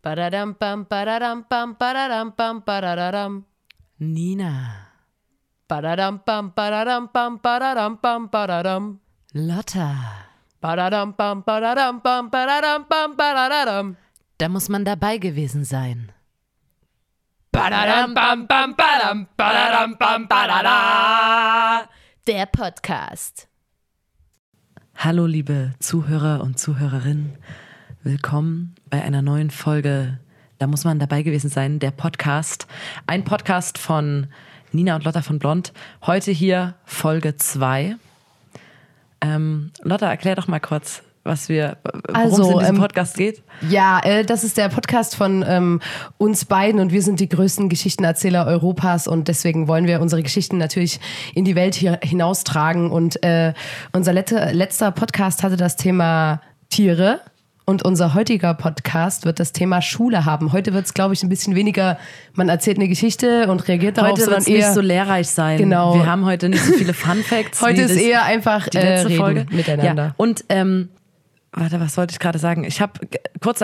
Badadam, bam, badadam, bam, badadam, bam, badadam. Nina. Badadam, bam, badadam, bam, badadam, bam, badadam. Lotta. Badadam, bam, badadam, bam, badadam, bam, badadam. Da muss man dabei gewesen sein. Badadam, bam, bam, badam, badadam, bam, badada. Der Podcast. Hallo liebe Zuhörer und Zuhörerinnen. Willkommen bei einer neuen Folge Da muss man dabei gewesen sein, der Podcast. Ein Podcast von Nina und Lotta von Blond. Heute hier Folge 2. Lotta, erklär doch mal kurz, worum es in diesem Podcast geht. Ja, das ist der Podcast von uns beiden und wir sind die größten Geschichtenerzähler Europas und deswegen wollen wir unsere Geschichten natürlich in die Welt hier hinaustragen. Und unser letzter Podcast hatte das Thema Tiere. Und unser heutiger Podcast wird das Thema Schule haben. Heute wird es, glaube ich, ein bisschen weniger, man erzählt eine Geschichte und reagiert darauf, heute sondern eher nicht so lehrreich sein. Genau. Wir haben heute nicht so viele Fun Facts. Heute ist eher einfach die letzte reden Folge miteinander. Ja. Und warte, was wollte ich gerade sagen? Ich habe kurze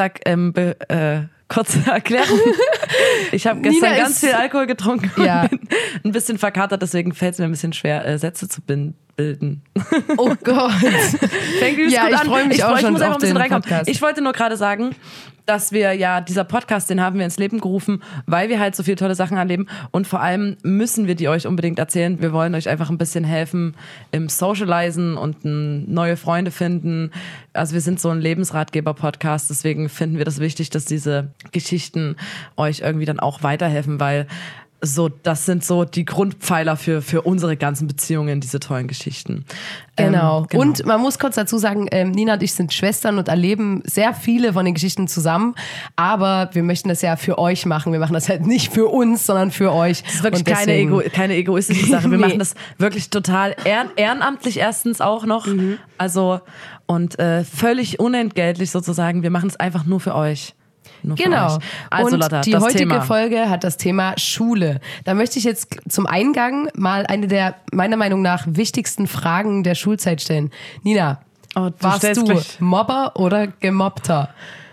Erklärung. Ich habe gestern ganz viel Alkohol getrunken und bin ein bisschen verkatert, deswegen fällt es mir ein bisschen schwer, Sätze zu bilden. Oh Gott. Ich freue mich auch schon auf den Podcast. Ich wollte nur gerade sagen, dass wir dieser Podcast, den haben wir ins Leben gerufen, weil wir halt so viele tolle Sachen erleben und vor allem müssen wir die euch unbedingt erzählen. Wir wollen euch einfach ein bisschen helfen im Socializen und neue Freunde finden. Also wir sind so ein Lebensratgeber-Podcast, deswegen finden wir das wichtig, dass diese Geschichten euch irgendwie dann auch weiterhelfen, weil das sind so die Grundpfeiler für unsere ganzen Beziehungen, diese tollen Geschichten. Genau. Und man muss kurz dazu sagen, Nina und ich sind Schwestern und erleben sehr viele von den Geschichten zusammen, aber wir möchten das ja für euch machen. Wir machen das halt nicht für uns, sondern für euch. Das ist wirklich keine egoistische Sache. Wir machen das wirklich total ehrenamtlich erstens auch noch. Mhm. Also und völlig unentgeltlich sozusagen. Wir machen es einfach nur für euch. Genau. Also, und Lotta, die heutige Folge hat das Thema Schule. Da möchte ich jetzt zum Eingang mal eine der meiner Meinung nach wichtigsten Fragen der Schulzeit stellen. Nina, warst du Mobber oder Gemobbter?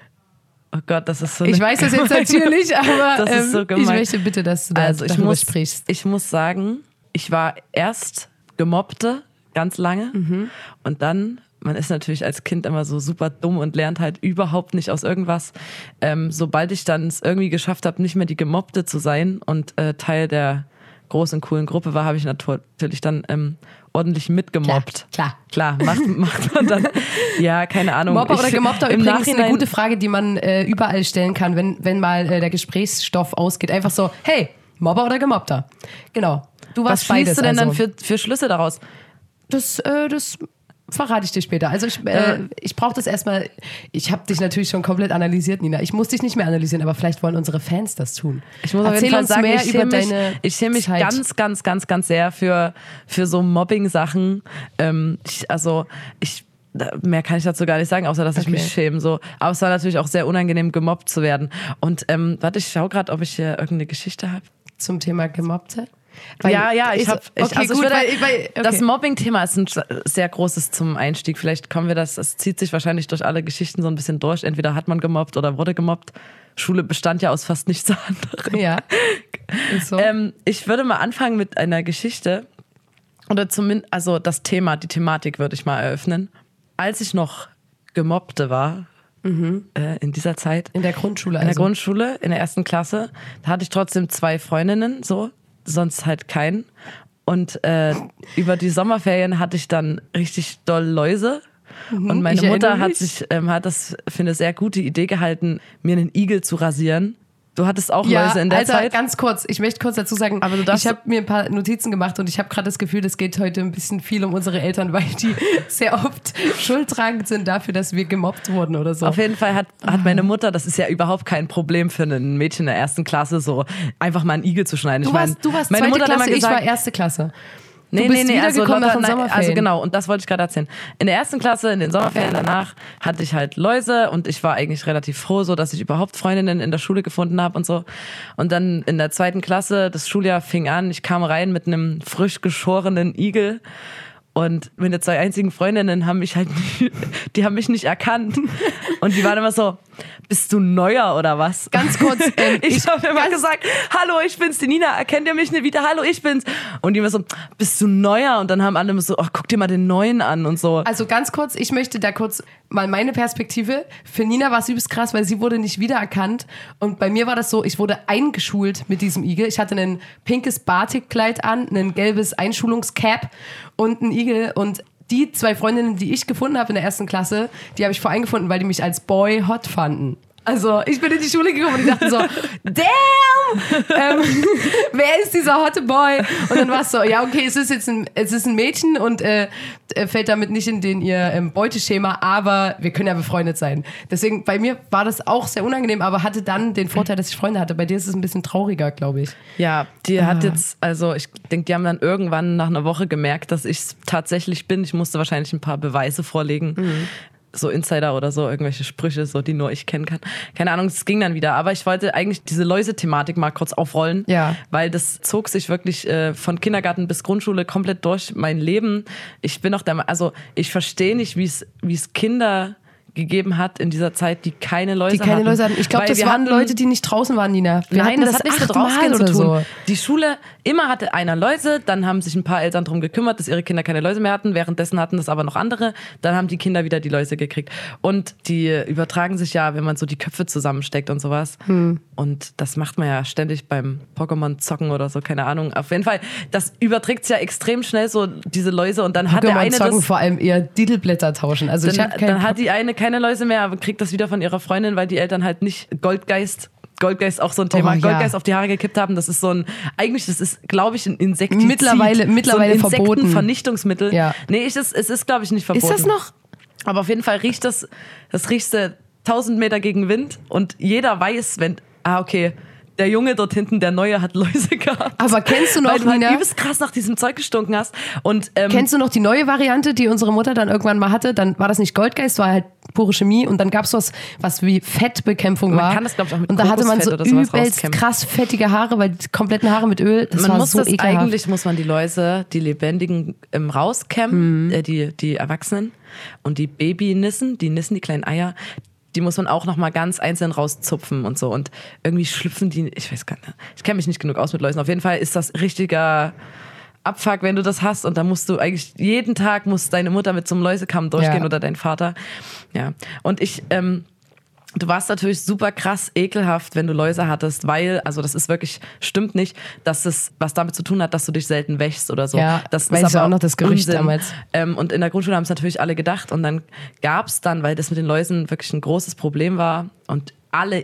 Oh Gott, das ist so. Ich weiß das jetzt natürlich, aber das ist so gemein. Ich möchte bitte, dass du darüber sprichst. Ich muss sagen, ich war erst Gemobbte ganz lange und dann. Man ist natürlich als Kind immer so super dumm und lernt halt überhaupt nicht aus irgendwas. Sobald ich dann es irgendwie geschafft habe, nicht mehr die Gemobbte zu sein und Teil der großen, coolen Gruppe war, habe ich natürlich dann ordentlich mitgemobbt. Klar, macht man dann. Ja, keine Ahnung. Mobber oder Gemobbter übrigens eine gute Frage, die man überall stellen kann, wenn mal der Gesprächsstoff ausgeht. Einfach so, hey, Mobber oder Gemobbter? Genau. Du warst beides. Was schließt du denn dann für Schlüsse daraus? Das verrate ich dir später. Also ich brauche das erstmal. Ich habe dich natürlich schon komplett analysiert, Nina. Ich muss dich nicht mehr analysieren, aber vielleicht wollen unsere Fans das tun. Ich muss auf jeden Fall sagen, ich schäme mich ganz, ganz, ganz, ganz sehr für so Mobbing-Sachen. Mehr kann ich dazu gar nicht sagen, außer dass ich mich schäme. So. Aber es war natürlich auch sehr unangenehm, gemobbt zu werden. Und ich schaue gerade, ob ich hier irgendeine Geschichte habe. Zum Thema Gemobbte? Das Mobbing-Thema ist ein sehr großes zum Einstieg. Vielleicht kommen wir es zieht sich wahrscheinlich durch alle Geschichten so ein bisschen durch. Entweder hat man gemobbt oder wurde gemobbt. Schule bestand ja aus fast nichts anderem. Ja. Ist so. Ich würde mal anfangen mit einer Geschichte oder zumindest, also die Thematik würde ich mal eröffnen. Als ich noch Gemobbte war, in dieser Zeit. In der Grundschule In der Grundschule, in der 1. Klasse, da hatte ich trotzdem 2 Freundinnen, so. Sonst halt keinen. Und über die Sommerferien hatte ich dann richtig doll Läuse. Und meine Mutter hat das für eine sehr gute Idee gehalten, mir einen Igel zu rasieren. Du hattest auch Läuse in der Zeit? Ganz kurz. Ich möchte kurz dazu sagen, ich habe mir ein paar Notizen gemacht und ich habe gerade das Gefühl, das geht heute ein bisschen viel um unsere Eltern, weil die sehr oft schuldtragend sind dafür, dass wir gemobbt wurden oder so. Auf jeden Fall hat meine Mutter, das ist ja überhaupt kein Problem für ein Mädchen in der 1. Klasse, so einfach mal einen Igel zu schneiden. Du warst meine Mutter Klasse, ich war 1. Klasse. Nee, genau, und das wollte ich gerade erzählen. In der 1. Klasse, in den Sommerferien danach, hatte ich halt Läuse und ich war eigentlich relativ froh, so dass ich überhaupt Freundinnen in der Schule gefunden habe und so. Und dann in der 2. Klasse, das Schuljahr fing an, ich kam rein mit einem frisch geschorenen Igel und meine 2 einzigen Freundinnen haben mich nicht erkannt. Und die waren immer so, bist du neuer oder was? Ganz kurz. Ich habe immer gesagt, hallo, ich bin's, die Nina, erkennt ihr mich nicht wieder? Hallo, ich bin's. Und die immer so, bist du neuer? Und dann haben alle immer so, ach, guck dir mal den Neuen an und so. Also ganz kurz, ich möchte da kurz mal meine Perspektive. Für Nina war es übelst krass, weil sie wurde nicht wiedererkannt. Und bei mir war das so, ich wurde eingeschult mit diesem Igel. Ich hatte ein pinkes Batikkleid an, ein gelbes Einschulungscap und ein Igel. Und die 2 Freundinnen, die ich gefunden habe in der 1. Klasse, die habe ich voreingefunden, weil die mich als Boy hot fanden. Also ich bin in die Schule gekommen und die dachten so, damn, wer ist dieser hotte Boy? Und dann war es so, ja okay, es ist ein Mädchen und fällt damit nicht in ihr Beuteschema, aber wir können ja befreundet sein. Deswegen, bei mir war das auch sehr unangenehm, aber hatte dann den Vorteil, dass ich Freunde hatte. Bei dir ist es ein bisschen trauriger, glaube ich. Ja, die hat jetzt, also ich denke, die haben dann irgendwann nach einer Woche gemerkt, dass ich es tatsächlich bin. Ich musste wahrscheinlich ein paar Beweise vorlegen. So Insider oder so, irgendwelche Sprüche, so, die nur ich kennen kann. Keine Ahnung, es ging dann wieder. Aber ich wollte eigentlich diese Läuse-Thematik mal kurz aufrollen, weil das zog sich wirklich von Kindergarten bis Grundschule komplett durch mein Leben. Ich bin auch ich verstehe nicht, wie es Kinder gegeben hat in dieser Zeit, die keine Läuse hatten. Ich glaube, das waren Leute, die nicht draußen waren, Nina. Nein, das hat nichts mit rausgehen zu tun. So. Die Schule, immer hatte einer Läuse, dann haben sich ein paar Eltern darum gekümmert, dass ihre Kinder keine Läuse mehr hatten. Währenddessen hatten das aber noch andere. Dann haben die Kinder wieder die Läuse gekriegt. Und die übertragen sich ja, wenn man so die Köpfe zusammensteckt und sowas. Und das macht man ja ständig beim Pokémon-Zocken oder so, keine Ahnung. Auf jeden Fall, das überträgt sich ja extrem schnell so, diese Läuse. Und dann hat der eine das... vor allem eher Didelblätter tauschen. Also dann hat die eine keine Läuse mehr, aber kriegt das wieder von ihrer Freundin, weil die Eltern halt nicht Goldgeist auch so ein Thema, Goldgeist auf die Haare gekippt haben. Das ist so ein, eigentlich, das ist, glaube ich, ein Insektizid. Mittlerweile so ein verboten. Insektenvernichtungsmittel. Ja. Nee, es ist, glaube ich, nicht verboten. Ist das noch? Aber auf jeden Fall riecht das riechst du 1000 Meter gegen Wind und jeder weiß, okay, der Junge dort hinten, der Neue, hat Läuse gehabt. Aber kennst du noch, weil du Nina? Halt übelst krass nach diesem Zeug gestunken hast. Und, kennst du noch die neue Variante, die unsere Mutter dann irgendwann mal hatte? Dann war das nicht Goldgeist, war halt pure Chemie. Und dann gab es was wie Fettbekämpfung war. Man kann das, glaube ich, auch mit und da hatte man so übelst krass fettige Haare, weil die kompletten Haare mit Öl, das war so ekelhaft. Eigentlich muss man die Läuse, die Lebendigen, rauskämmen, die Erwachsenen. Und die Babynissen, die kleinen Eier, die muss man auch noch mal ganz einzeln rauszupfen und so. Und irgendwie schlüpfen die, ich weiß gar nicht, ich kenne mich nicht genug aus mit Läusen. Auf jeden Fall ist das richtiger Abfuck, wenn du das hast. Und da musst du eigentlich, jeden Tag muss deine Mutter mit so einem Läusekamm durchgehen oder dein Vater. Ja. Und du warst natürlich super krass ekelhaft, wenn du Läuse hattest, weil, also das ist wirklich, stimmt nicht, dass es was damit zu tun hat, dass du dich selten wäschst oder so. Ja, das weiß ist aber auch noch das Gerücht Unsinn. Damals. Und in der Grundschule haben es natürlich alle gedacht und dann gab es dann, weil das mit den Läusen wirklich ein großes Problem war und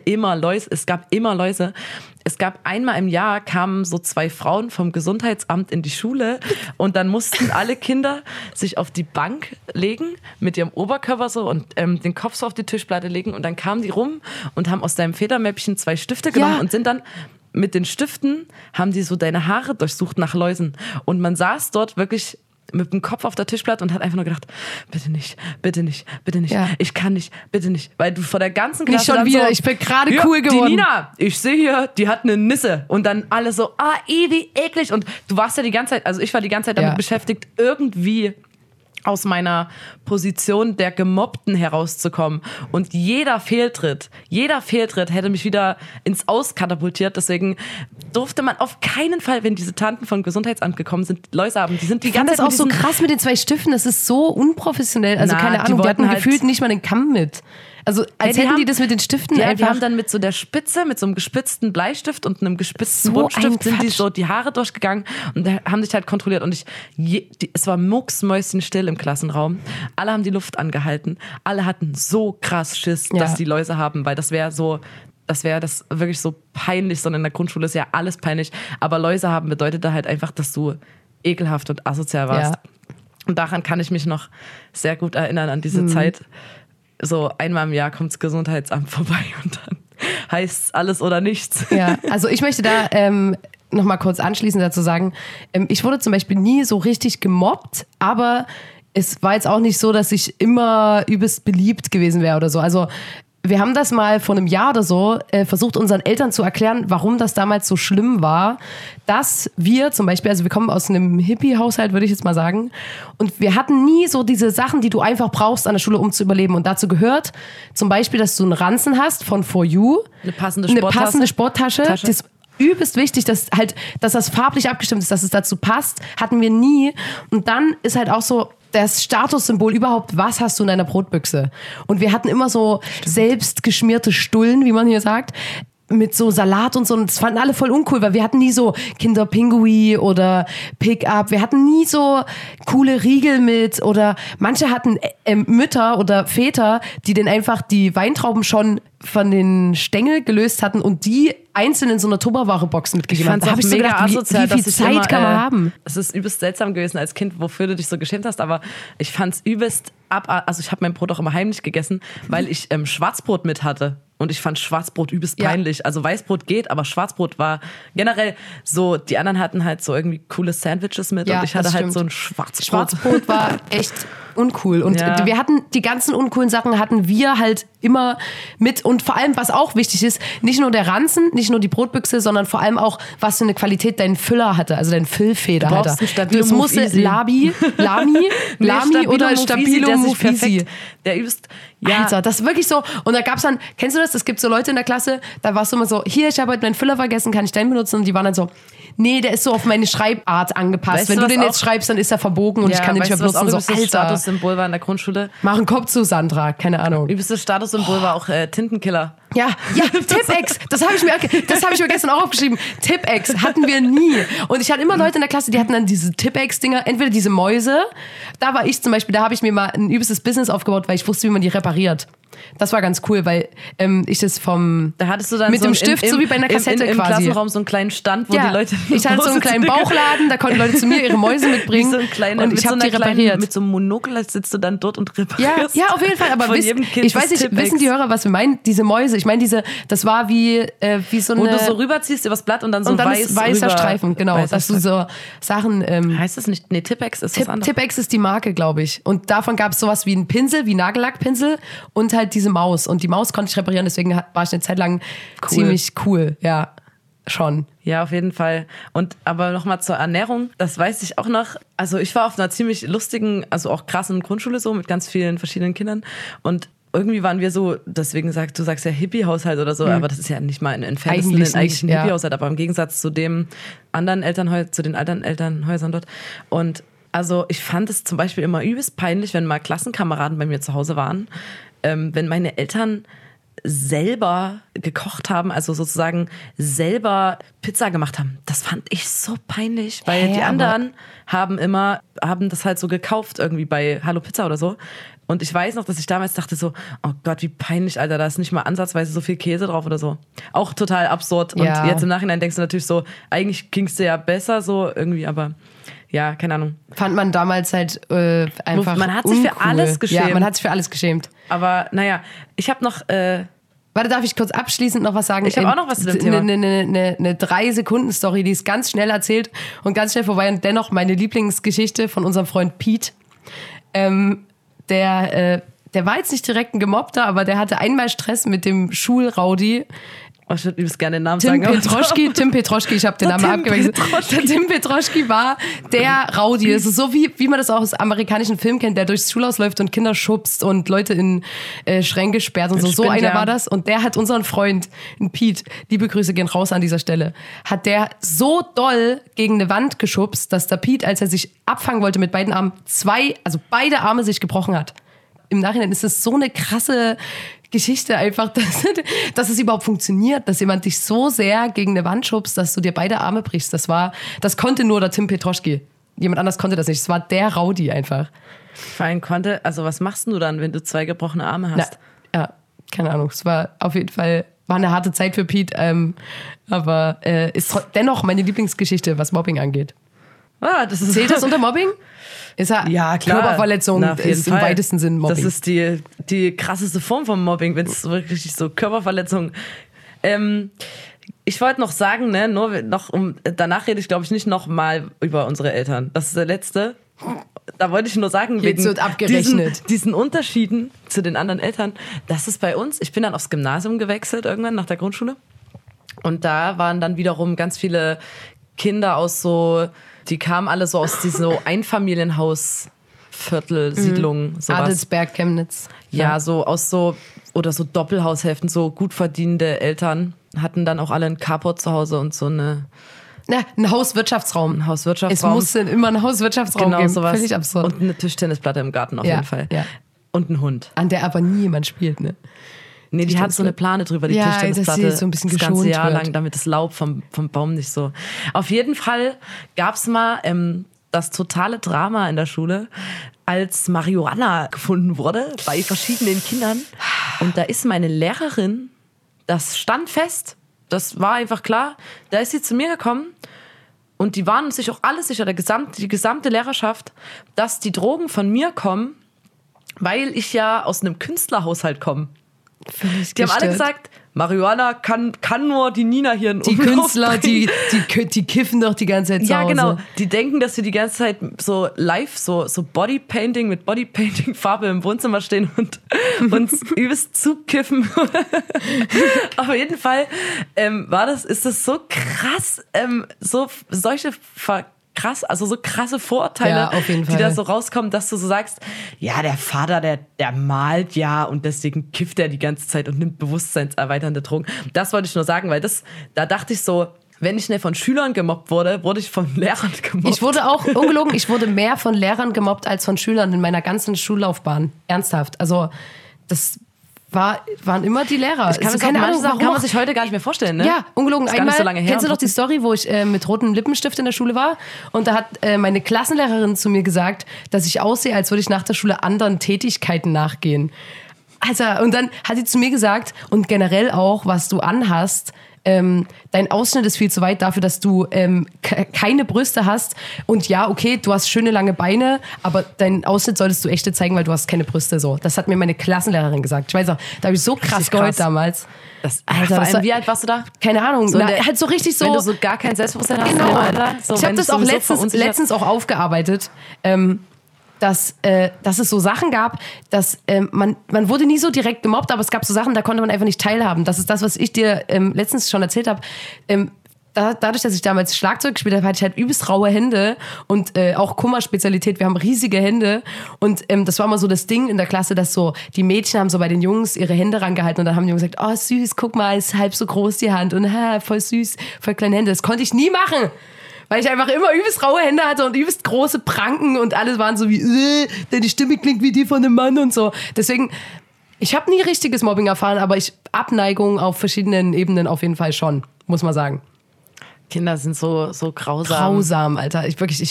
es gab immer Läuse. Es gab einmal im Jahr, kamen so 2 Frauen vom Gesundheitsamt in die Schule und dann mussten alle Kinder sich auf die Bank legen mit ihrem Oberkörper so und den Kopf so auf die Tischplatte legen und dann kamen die rum und haben aus deinem Federmäppchen 2 Stifte genommen und sind dann mit den Stiften, haben die so deine Haare durchsucht nach Läusen und man saß dort wirklich mit dem Kopf auf der Tischplatte und hat einfach nur gedacht, bitte nicht, bitte nicht, bitte nicht, ich kann nicht, bitte nicht, weil du vor der ganzen Klasse nicht schon wieder, so, ich bin gerade cool geworden. Die Nina, ich sehe hier, die hat eine Nisse und dann alle so, wie eklig und du warst ja die ganze Zeit, also ich war die ganze Zeit damit beschäftigt, irgendwie aus meiner Position der Gemobbten herauszukommen. Und jeder Fehltritt hätte mich wieder ins Aus katapultiert. Deswegen durfte man auf keinen Fall, wenn diese Tanten vom Gesundheitsamt gekommen sind, Läuse haben. Die sind die ganze Zeit auch so krass mit den 2 Stiften. Das ist so unprofessionell. Also keine Ahnung, die hatten halt gefühlt nicht mal den Kamm mit. Also als hätten die das mit den Stiften einfach... Die haben dann mit so der Spitze, mit so einem gespitzten Bleistift und einem gespitzten Buntstift sind die so die Haare durchgegangen und haben sich halt kontrolliert. Und es war mucksmäuschenstill im Klassenraum. Alle haben die Luft angehalten. Alle hatten so krass Schiss, dass die Läuse haben, weil das wäre das wirklich so peinlich, sondern in der Grundschule ist ja alles peinlich. Aber Läuse haben bedeutet da halt einfach, dass du ekelhaft und asozial warst. Ja. Und daran kann ich mich noch sehr gut erinnern, an diese Zeit. So einmal im Jahr kommt das Gesundheitsamt vorbei und dann heißt es alles oder nichts. Ja, also ich möchte da noch mal kurz anschließend dazu sagen, ich wurde zum Beispiel nie so richtig gemobbt, aber es war jetzt auch nicht so, dass ich immer übelst beliebt gewesen wäre oder so. Also wir haben das mal vor einem Jahr oder so versucht, unseren Eltern zu erklären, warum das damals so schlimm war, dass wir zum Beispiel, also wir kommen aus einem Hippie-Haushalt, würde ich jetzt mal sagen, und wir hatten nie so diese Sachen, die du einfach brauchst an der Schule, um zu überleben. Und dazu gehört zum Beispiel, dass du einen Ranzen hast von For You, eine passende Sporttasche. Das ist übelst wichtig, dass das farblich abgestimmt ist, dass es dazu passt, hatten wir nie. Und dann ist halt auch so das Statussymbol überhaupt, was hast du in deiner Brotbüchse? Und wir hatten immer so selbst geschmierte Stullen, wie man hier sagt, mit so Salat und so. Und das fanden alle voll uncool, weil wir hatten nie so Kinder Pinguin oder Pick-up. Wir hatten nie so coole Riegel mit. Oder manche hatten Mütter oder Väter, die dann einfach die Weintrauben schon von den Stängel gelöst hatten und die einzeln in so einer Tupperware-Box mitgegeben haben. Da habe ich mega gedacht, asozial, wie viel Zeit kann man haben? Es ist übelst seltsam gewesen als Kind, wofür du dich so geschämt hast, aber ich fand es übelst also ich habe mein Brot auch immer heimlich gegessen, weil ich Schwarzbrot mit hatte. Und ich fand Schwarzbrot übelst peinlich. Ja. Also Weißbrot geht, aber Schwarzbrot war generell so, die anderen hatten halt so irgendwie coole Sandwiches mit und ich hatte halt so ein Schwarzbrot. Schwarzbrot war echt uncool. Und wir hatten die ganzen uncoolen Sachen hatten wir halt immer mit. Und vor allem, was auch wichtig ist, nicht nur der Ranzen, nicht nur die Brotbüchse, sondern vor allem auch, was für eine Qualität dein Füller hatte, also dein Füllfeder hatte. Das musste Lami oder Stabilo Move Easy. Der übelst, Alter, das ist wirklich so. Und da gab's dann, kennst du das? Es gibt so Leute in der Klasse, da warst du immer so, hier, ich habe heute meinen Füller vergessen, kann ich deinen benutzen? Und die waren dann so, nee, der ist so auf meine Schreibart angepasst. Wenn du den jetzt schreibst, dann ist er verbogen und ich kann den nicht mehr benutzen. Was auch so, Statussymbol war in der Grundschule. Mach einen Kopf zu, Sandra, keine Ahnung. Übelstes Statussymbol war auch Tintenkiller. Ja, Tipp-Ex, das habe ich mir gestern auch aufgeschrieben. Tipp-Ex hatten wir nie. Und ich hatte immer Leute in der Klasse, die hatten dann diese Tipp-Ex-Dinger, entweder diese Mäuse, da war ich zum Beispiel, da habe ich mir mal ein übelstes Business aufgebaut, weil ich wusste, wie man die repariert. Das war ganz cool, weil ich das da hattest du dann mit so dem Stift, so wie bei einer Kassette im quasi. Klassenraum so einen kleinen Stand, wo die Leute... Ich hatte so einen kleinen Bauchladen, da konnten Leute zu mir ihre Mäuse mitbringen und ich habe die repariert. Mit so einem Monokel sitzt du dann dort und reparierst. Ja, auf jeden Fall, aber ich weiß nicht, wissen die Hörer, was wir meinen? Diese Mäuse, ich meine das war wie so eine... Wo du so rüberziehst übers Blatt und dann so weißer Streifen, genau, dass du so Sachen... heißt das nicht? Nee, Tipp-Ex ist was anderes. Tipp-Ex ist die Marke, glaube ich. Und davon gab es sowas wie einen Pinsel, wie Nagellackpinsel und halt diese Maus. Und die Maus konnte ich reparieren, deswegen war ich eine Zeit lang ziemlich cool. Ja, schon. Ja, auf jeden Fall. Aber nochmal zur Ernährung, das weiß ich auch noch. Also ich war auf einer ziemlich lustigen, also auch krassen Grundschule so, mit ganz vielen verschiedenen Kindern. Und irgendwie waren wir so, deswegen du sagst ja Hippie-Haushalt oder so, aber das ist ja nicht mal ein entferntesten eigentlich ein Hippie-Haushalt, aber im Gegensatz zu den anderen Elternhäusern dort. Und also ich fand es zum Beispiel immer übelst peinlich, wenn mal Klassenkameraden bei mir zu Hause waren, wenn meine Eltern selber gekocht haben, also sozusagen selber Pizza gemacht haben. Das fand ich so peinlich, weil die anderen haben das halt so gekauft irgendwie bei Hallo Pizza oder so. Und ich weiß noch, dass ich damals dachte so, oh Gott, wie peinlich, Alter, da ist nicht mal ansatzweise so viel Käse drauf oder so. Auch total absurd. Und jetzt im Nachhinein denkst du natürlich so, eigentlich ging's dir ja besser so irgendwie, aber ja, keine Ahnung. Fand man damals halt einfach man hat sich für alles geschämt. Ja, man hat sich für alles geschämt. Aber naja, ich habe noch... Warte, darf ich kurz abschließend noch was sagen? Ich habe auch noch was zu dem Thema. Eine 3-Sekunden-Story, die ist ganz schnell erzählt und ganz schnell vorbei. Und dennoch meine Lieblingsgeschichte von unserem Freund Pete. Der war jetzt nicht direkt ein Gemobbter, aber der hatte einmal Stress mit dem Schulraudi. Oh, ich würde gerne den Namen sagen. Tim Petroschki, ich habe den Namen abgewechselt. Der Tim Petroschki war der Raudi. Es ist so wie man das auch aus amerikanischen Filmen kennt, der durchs Schulhaus läuft und Kinder schubst und Leute in Schränke sperrt und so. So einer war das. Und der hat unseren Freund, Pete, liebe Grüße gehen raus an dieser Stelle, hat der so doll gegen eine Wand geschubst, dass der Pete, als er sich abfangen wollte mit beiden Armen, beide Arme sich gebrochen hat. Im Nachhinein ist es so eine krasse Geschichte einfach, dass es überhaupt funktioniert, dass jemand dich so sehr gegen eine Wand schubst, dass du dir beide Arme brichst. Das konnte nur der Tim Petroschki. Jemand anders konnte das nicht. Es war der Raudi einfach. Vor allem also was machst du dann, wenn du 2 gebrochene Arme hast? Ja, keine Ahnung. Es war auf jeden Fall eine harte Zeit für Pete, aber ist dennoch meine Lieblingsgeschichte, was Mobbing angeht. Zählt das unter Mobbing? Ja, klar. Körperverletzung ist im weitesten Sinn Mobbing. Das ist die krasseste Form von Mobbing, wenn es wirklich so Körperverletzung. Ich wollte noch sagen, ne, danach rede ich, glaube ich, nicht noch mal über unsere Eltern. Das ist der letzte. da wollte ich nur sagen, wegen diesen Unterschieden zu den anderen Eltern, das ist bei uns, ich bin dann aufs Gymnasium gewechselt irgendwann nach der Grundschule und da waren dann wiederum ganz viele Kinder aus die kamen alle so aus diesen Einfamilienhausviertel, Siedlungen, sowas. Adelsberg, Chemnitz. Ja, so aus oder so Doppelhaushälften, so gut verdienende Eltern hatten dann auch alle ein Carport zu Hause und so ein Hauswirtschaftsraum. Es musste immer einen Hauswirtschaftsraum geben. Sowas. Völlig absurd. Und eine Tischtennisplatte im Garten auf jeden Fall. Ja. Und ein Hund. An der aber nie jemand spielt, ne? Nee, die hat so eine Plane drüber, die Tischtennisplatte. Dass sie so ein bisschen das ganze Jahr wird. lang, damit das Laub vom Baum nicht so... Auf jeden Fall gab es mal das totale Drama in der Schule, als Marihuana gefunden wurde bei verschiedenen Kindern. Und da ist meine Lehrerin, das stand fest, das war einfach klar, da ist sie zu mir gekommen und die waren sich auch alle sicher, die gesamte Lehrerschaft, dass die Drogen von mir kommen, weil ich ja aus einem Künstlerhaushalt komme. Die haben alle gesagt, Marihuana kann nur die Nina hier in Umlauf Künstler, die kiffen doch die ganze Zeit zu Hause. Ja, genau. Die denken, dass wir die ganze Zeit so live, so Bodypainting mit Bodypainting-Farbe im Wohnzimmer stehen und uns übelst zukiffen. Auf jeden Fall ist das so krass, also so krasse Vorurteile, die da so rauskommen, dass du so sagst, ja, der Vater, der malt ja und deswegen kifft er die ganze Zeit und nimmt bewusstseinserweiternde Drogen. Das wollte ich nur sagen, weil da dachte ich so, wenn ich nicht von Schülern gemobbt wurde ich von Lehrern gemobbt. Ich wurde auch, ungelogen, mehr von Lehrern gemobbt als von Schülern in meiner ganzen Schullaufbahn. Ernsthaft. Also das waren immer die Lehrer. Ich kann kann man sich heute gar nicht mehr vorstellen, ne? Ja, ungelogen. Einmal, so lange her. Kennst du doch die Story, wo ich mit rotem Lippenstift in der Schule war? Und da hat meine Klassenlehrerin zu mir gesagt, dass ich aussehe, als würde ich nach der Schule anderen Tätigkeiten nachgehen. Also, und dann hat sie zu mir gesagt, und generell auch, was du anhast, dein Ausschnitt ist viel zu weit dafür, dass du keine Brüste hast. Und ja, okay, du hast schöne lange Beine, aber deinen Ausschnitt solltest du echte zeigen, weil du hast keine Brüste. So. Das hat mir meine Klassenlehrerin gesagt. Ich weiß auch, da habe ich so krass geheult damals. Alter, wie alt warst du da? Keine Ahnung. Halt so richtig so. Wenn du so gar kein Selbstbewusstsein hast. Genau. Alter, so, ich habe das auch letztens auch aufgearbeitet. Dass es so Sachen gab, dass man wurde nie so direkt gemobbt, aber es gab so Sachen, da konnte man einfach nicht teilhaben. Das ist das, was ich dir letztens schon erzählt habe. Dadurch, dass ich damals Schlagzeug gespielt habe, hatte ich halt übelst raue Hände und auch Kummerspezialität. Wir haben riesige Hände und das war immer so das Ding in der Klasse, dass so die Mädchen haben so bei den Jungs ihre Hände rangehalten und dann haben die Jungs gesagt, oh süß, guck mal, ist halb so groß die Hand und voll süß, voll kleine Hände. Das konnte ich nie machen. Weil ich einfach immer übelst raue Hände hatte und übelst große Pranken und alles waren so wie, deine Stimme klingt wie die von einem Mann und so. Deswegen, ich habe nie richtiges Mobbing erfahren, aber Abneigung auf verschiedenen Ebenen auf jeden Fall schon, muss man sagen. Kinder sind so grausam. Grausam, Alter.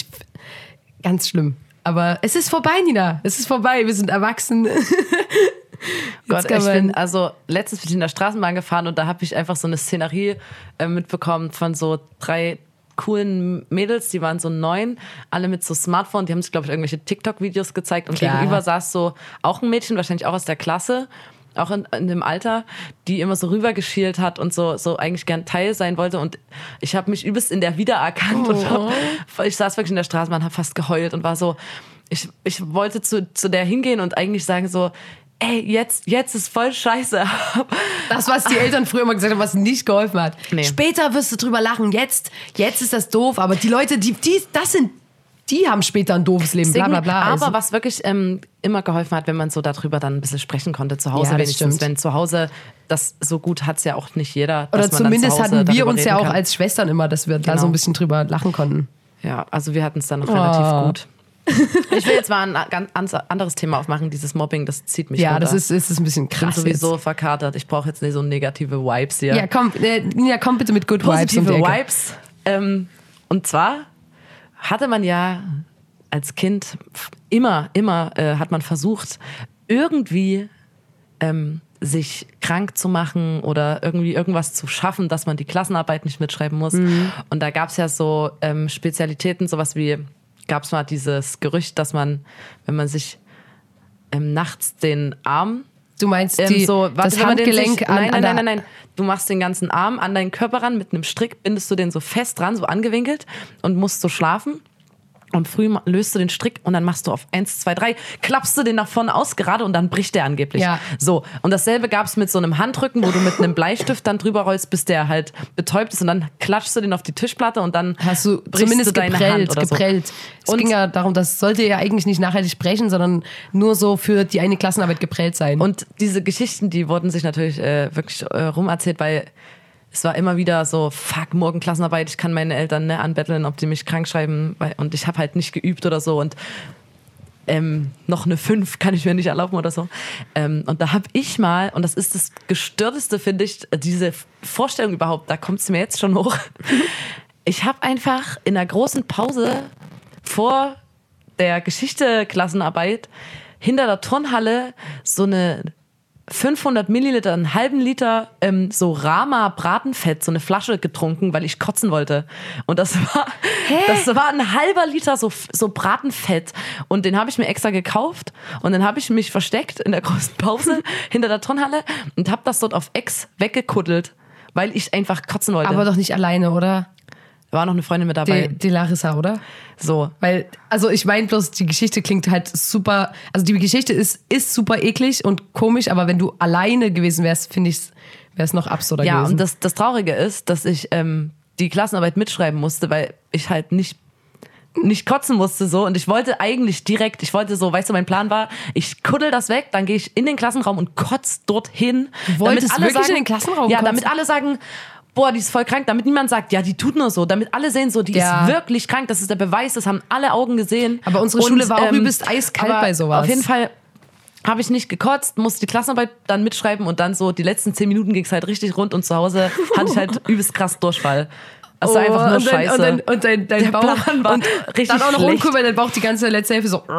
Ganz schlimm. Aber es ist vorbei, Nina. Es ist vorbei. Wir sind erwachsen. Gott, letztens bin ich in der Straßenbahn gefahren und da habe ich einfach so eine Szenerie mitbekommen von so 3 coolen Mädels, die waren so 9, alle mit so Smartphone, die haben sich, glaube ich, irgendwelche TikTok-Videos gezeigt und gegenüber saß so auch ein Mädchen, wahrscheinlich auch aus der Klasse, auch in dem Alter, die immer so rübergeschielt hat und so eigentlich gern Teil sein wollte und ich habe mich übelst in der wiedererkannt und ich saß wirklich in der Straßenbahn, habe fast geheult und war so, ich wollte zu der hingehen und eigentlich sagen so, ey, jetzt ist voll scheiße. Das, was die Eltern früher immer gesagt haben, was nicht geholfen hat. Nee. Später wirst du drüber lachen, jetzt ist das doof, aber die Leute, die haben später ein doofes Leben, bla bla bla. Aber was wirklich immer geholfen hat, wenn man so darüber dann ein bisschen sprechen konnte zu Hause, wenigstens. Wenn zu Hause, das so gut hat es ja auch nicht jeder. Oder zumindest hatten wir uns ja auch als Schwestern immer, dass wir da so ein bisschen drüber lachen konnten. Ja, also wir hatten es dann noch relativ gut. Ich will jetzt mal ein ganz anderes Thema aufmachen, dieses Mobbing, das zieht mich runter. Ja, das ist ein bisschen krass. Ich bin sowieso verkatert, ich brauche jetzt nicht so negative Vibes hier. Ja, komm bitte mit Good Vibes. Positive Vibes. Und zwar hatte man ja als Kind immer hat man versucht, irgendwie sich krank zu machen oder irgendwie irgendwas zu schaffen, dass man die Klassenarbeit nicht mitschreiben muss. Mhm. Und da gab es ja so Spezialitäten, sowas wie gab es mal dieses Gerücht, dass man, wenn man sich nachts den Arm... Du meinst das Handgelenk Nein. Du machst den ganzen Arm an deinen Körper ran mit einem Strick, bindest du den so fest dran, so angewinkelt und musst so schlafen. Und früh löst du den Strick und dann machst du auf 1, 2, 3, klappst du den nach vorne aus gerade und dann bricht der angeblich. Ja. So. Und dasselbe gab es mit so einem Handrücken, wo du mit einem Bleistift dann drüber rollst, bis der halt betäubt ist und dann klatschst du den auf die Tischplatte und dann hast du brichst zumindest du deine Hand oder geprellt. So. Es ging ja darum, das sollte ja eigentlich nicht nachhaltig brechen, sondern nur so für die eine Klassenarbeit geprellt sein. Und diese Geschichten, die wurden sich natürlich wirklich rumerzählt, weil es war immer wieder so, fuck, morgen Klassenarbeit, ich kann meine Eltern anbetteln, ob die mich krank schreiben. Und ich habe halt nicht geübt oder so. Und noch eine 5 kann ich mir nicht erlauben oder so. Und da habe ich mal, und das ist das Gestörteste, finde ich, diese Vorstellung überhaupt, da kommt es mir jetzt schon hoch. Ich habe einfach in einer großen Pause vor der Geschichte-Klassenarbeit hinter der Turnhalle so eine 500 Milliliter, einen halben Liter so Rama Bratenfett, so eine Flasche getrunken, weil ich kotzen wollte. Und das war ein halber Liter so Bratenfett. Und den habe ich mir extra gekauft. Und dann habe ich mich versteckt in der großen Pause hinter der Turnhalle und habe das dort auf Ex weggekuddelt, weil ich einfach kotzen wollte. Aber doch nicht alleine, oder? Da war noch eine Freundin mit dabei. Die Larissa, oder? So. Weil, also ich meine bloß, die Geschichte klingt halt super, also die Geschichte ist super eklig und komisch, aber wenn du alleine gewesen wärst, finde ich, wäre es noch absurder gewesen. Ja, und das Traurige ist, dass ich die Klassenarbeit mitschreiben musste, weil ich halt nicht kotzen musste so und ich wollte eigentlich direkt, so, weißt du, mein Plan war, ich kuddel das weg, dann gehe ich in den Klassenraum und kotz dorthin. Du wolltest damit alle wirklich sagen, in den Klassenraum ja, kotzen? Damit alle sagen, boah, die ist voll krank, damit niemand sagt, ja, die tut nur so, damit alle sehen so, die ist wirklich krank, das ist der Beweis, das haben alle Augen gesehen. Aber unsere Schule war auch übelst eiskalt bei sowas. Auf jeden Fall habe ich nicht gekotzt, musste die Klassenarbeit dann mitschreiben und dann so die letzten 10 Minuten ging es halt richtig rund und zu Hause hatte ich halt übelst krass Durchfall. Also einfach nur scheiße. Und dein Bauch war und richtig dann auch noch schlecht. uncool, weil dein Bauch die ganze letzte Hälfte so.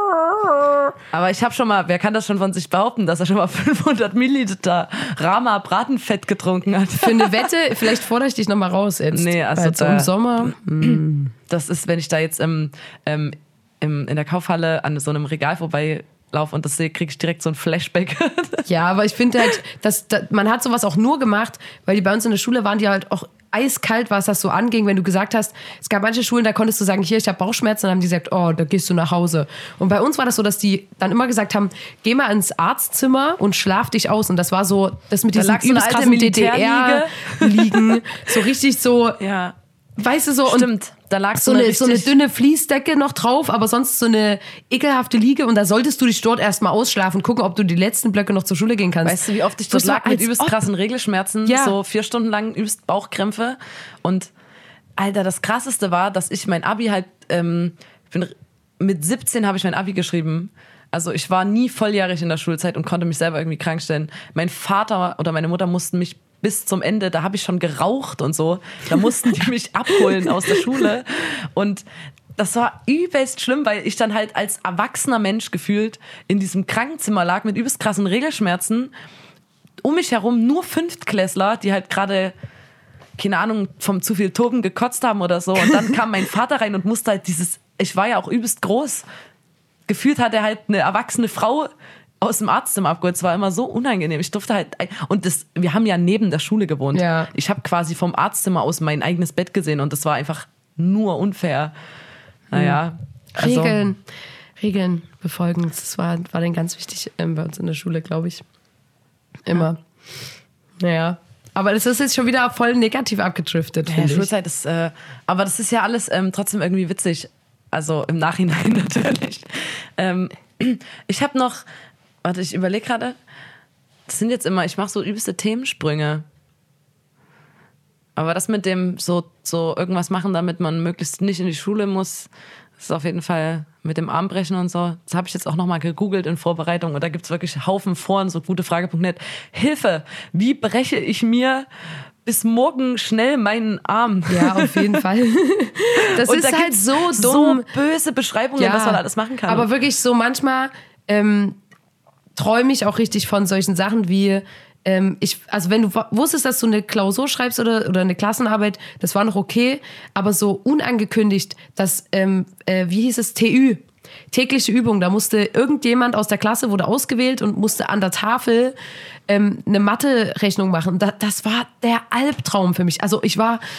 Aber ich habe schon mal, wer kann das schon von sich behaupten, dass er schon mal 500 Milliliter Rama Bratenfett getrunken hat? Für eine Wette, vielleicht fordere ich dich nochmal raus jetzt. Nee, also so im Sommer. Das ist, wenn ich da jetzt in der Kaufhalle an so einem Regal vorbeilaufe und das sehe, kriege ich direkt so ein Flashback. Ja, aber ich finde halt, man hat sowas auch nur gemacht, weil die bei uns in der Schule waren, die halt auch eiskalt, was das so anging, wenn du gesagt hast, es gab manche Schulen, da konntest du sagen, hier, ich habe Bauchschmerzen, dann haben die gesagt, oh, da gehst du nach Hause. Und bei uns war das so, dass die dann immer gesagt haben, geh mal ins Arztzimmer und schlaf dich aus. Und das war so, das mit diesen übelst krassen DDR-Liegen, so richtig so, ja. Weißt du so, stimmt, da lag so eine dünne Fließdecke noch drauf, aber sonst so eine ekelhafte Liege und da solltest du dich dort erstmal ausschlafen, gucken, ob du die letzten Blöcke noch zur Schule gehen kannst. Weißt du, wie oft ich dort lag mit übelst krassen Regelschmerzen, so 4 Stunden lang übelst Bauchkrämpfe und Alter, das Krasseste war, dass ich mein Abi halt, mit 17 habe ich mein Abi geschrieben. Also ich war nie volljährig in der Schulzeit und konnte mich selber irgendwie krank stellen. Mein Vater oder meine Mutter mussten mich bis zum Ende, da habe ich schon geraucht und so. Da mussten die mich abholen aus der Schule. Und das war übelst schlimm, weil ich dann halt als erwachsener Mensch gefühlt in diesem Krankenzimmer lag mit übelst krassen Regelschmerzen. Um mich herum nur Fünftklässler, die halt gerade, keine Ahnung, vom zu viel Toben gekotzt haben oder so. Und dann kam mein Vater rein und musste halt ich war ja auch übelst groß. Gefühlt hat er halt eine erwachsene Frau aus dem Arztzimmer abgeholt. Es war immer so unangenehm. Ich durfte halt, wir haben ja neben der Schule gewohnt. Ja. Ich habe quasi vom Arztzimmer aus mein eigenes Bett gesehen und das war einfach nur unfair. Naja. Also. Regeln befolgen, das war dann ganz wichtig bei uns in der Schule, glaube ich. Immer. Ja. Naja. Aber das ist jetzt schon wieder voll negativ abgedriftet, finde ich. Schulzeit ist, aber das ist ja alles trotzdem irgendwie witzig. Also im Nachhinein natürlich. Ich habe noch, warte, ich überlege gerade, das sind jetzt immer, ich mache so übelste Themensprünge. Aber das mit dem so irgendwas machen, damit man möglichst nicht in die Schule muss, das ist auf jeden Fall mit dem Armbrechen und so. Das habe ich jetzt auch nochmal gegoogelt in Vorbereitung und da gibt es wirklich Haufen Foren, so gutefrage.net. Hilfe, wie breche ich mir bis morgen schnell meinen Arm? Ja, auf jeden Fall. Das ist halt so dumm. So böse Beschreibungen, was man alles machen kann. Aber wirklich so manchmal träume ich auch richtig von solchen Sachen wie also wenn du wusstest, dass du eine Klausur schreibst oder eine Klassenarbeit, das war noch okay, aber so unangekündigt, dass, wie hieß es, tägliche Übung, da musste irgendjemand aus der Klasse, wurde ausgewählt und musste an der Tafel eine Mathe-Rechnung machen. Das war der Albtraum für mich. Also ich war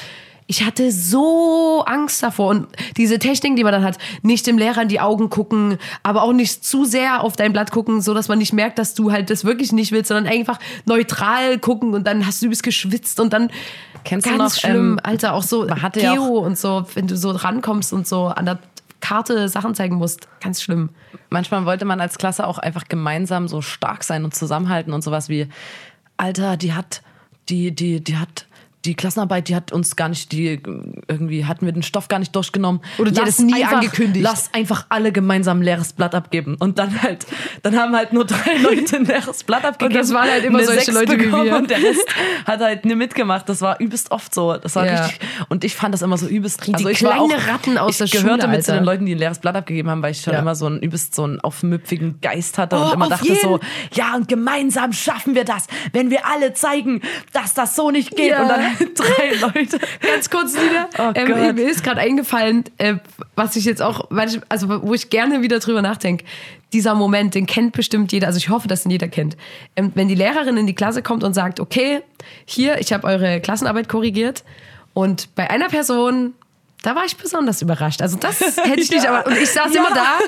ich hatte so Angst davor. Und diese Technik, die man dann hat, nicht dem Lehrer in die Augen gucken, aber auch nicht zu sehr auf dein Blatt gucken, so dass man nicht merkt, dass du halt das wirklich nicht willst, sondern einfach neutral gucken und dann hast du übelst geschwitzt und dann Kennst ganz du noch, schlimm, Alter, auch so Geo ja und so, wenn du so rankommst und so an der Karte Sachen zeigen musst, ganz schlimm. Manchmal wollte man als Klasse auch einfach gemeinsam so stark sein und zusammenhalten und sowas wie, Alter, die Klassenarbeit, die hat uns gar nicht, irgendwie hatten wir den Stoff gar nicht durchgenommen. Oder die hat es nie angekündigt. Lass einfach alle gemeinsam ein leeres Blatt abgeben. Und dann haben halt nur 3 Leute ein leeres Blatt abgegeben. Und das waren halt immer solche Leute wie wir. Und der Rest hat halt nie mitgemacht. Das war übelst oft so. Das war richtig, und ich fand das immer so übelst. Also ich war auch, Ratten aus der Schule, gehörte mit zu den Leuten, die ein leeres Blatt abgegeben haben, weil ich schon immer so einen aufmüpfigen Geist hatte und immer dachte so, ja, und gemeinsam schaffen wir das, wenn wir alle zeigen, dass das so nicht geht. Und dann 3 Leute. Ganz kurz wieder. Mir ist gerade eingefallen, was ich jetzt auch, wo ich gerne wieder drüber nachdenke. Dieser Moment, den kennt bestimmt jeder. Also ich hoffe, dass den jeder kennt. Wenn die Lehrerin in die Klasse kommt und sagt, okay, hier, ich habe eure Klassenarbeit korrigiert. Und bei einer Person, da war ich besonders überrascht. Also das hätte ich nicht, aber und ich saß immer da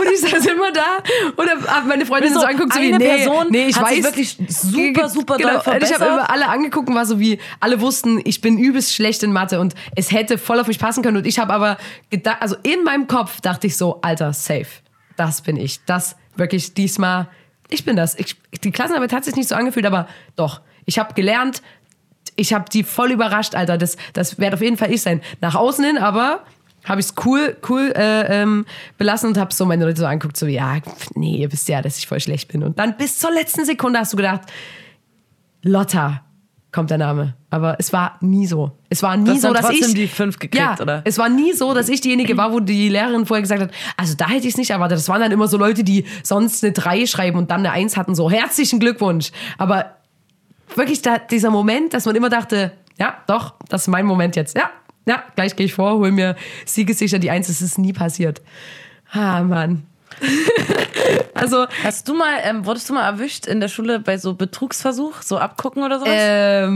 und habe meine Freundin so angeguckt, so wie, nee, ich weiß wirklich super doll verbessert. Ich habe immer alle angeguckt und war so wie, alle wussten, ich bin übelst schlecht in Mathe und es hätte voll auf mich passen können und ich habe aber gedacht, also in meinem Kopf dachte ich so, Alter, safe, das bin ich, das wirklich diesmal, ich bin das. Die Klassenarbeit hat sich nicht so angefühlt, aber doch, ich habe gelernt. Ich habe die voll überrascht, Alter. Das wird auf jeden Fall ich sein. Nach außen hin, aber habe ich es cool belassen und habe so meine Leute so angeguckt, so, ja, nee, ihr wisst ja, dass ich voll schlecht bin. Und dann bis zur letzten Sekunde hast du gedacht, Lotta kommt der Name. Aber es war nie so. Es war nie so, dass ich... die 5 gekriegt, oder? Es war nie so, dass ich diejenige war, wo die Lehrerin vorher gesagt hat, also da hätte ich es nicht erwartet. Das waren dann immer so Leute, die sonst eine 3 schreiben und dann eine 1 hatten. So, herzlichen Glückwunsch. Aber wirklich dieser Moment, dass man immer dachte, ja, doch, das ist mein Moment jetzt. Ja, gleich gehe ich vor, hol mir siegessicher die 1. Das ist nie passiert. Ah, Mann. Also, wurdest du mal erwischt in der Schule bei so Betrugsversuch, so abgucken oder sowas?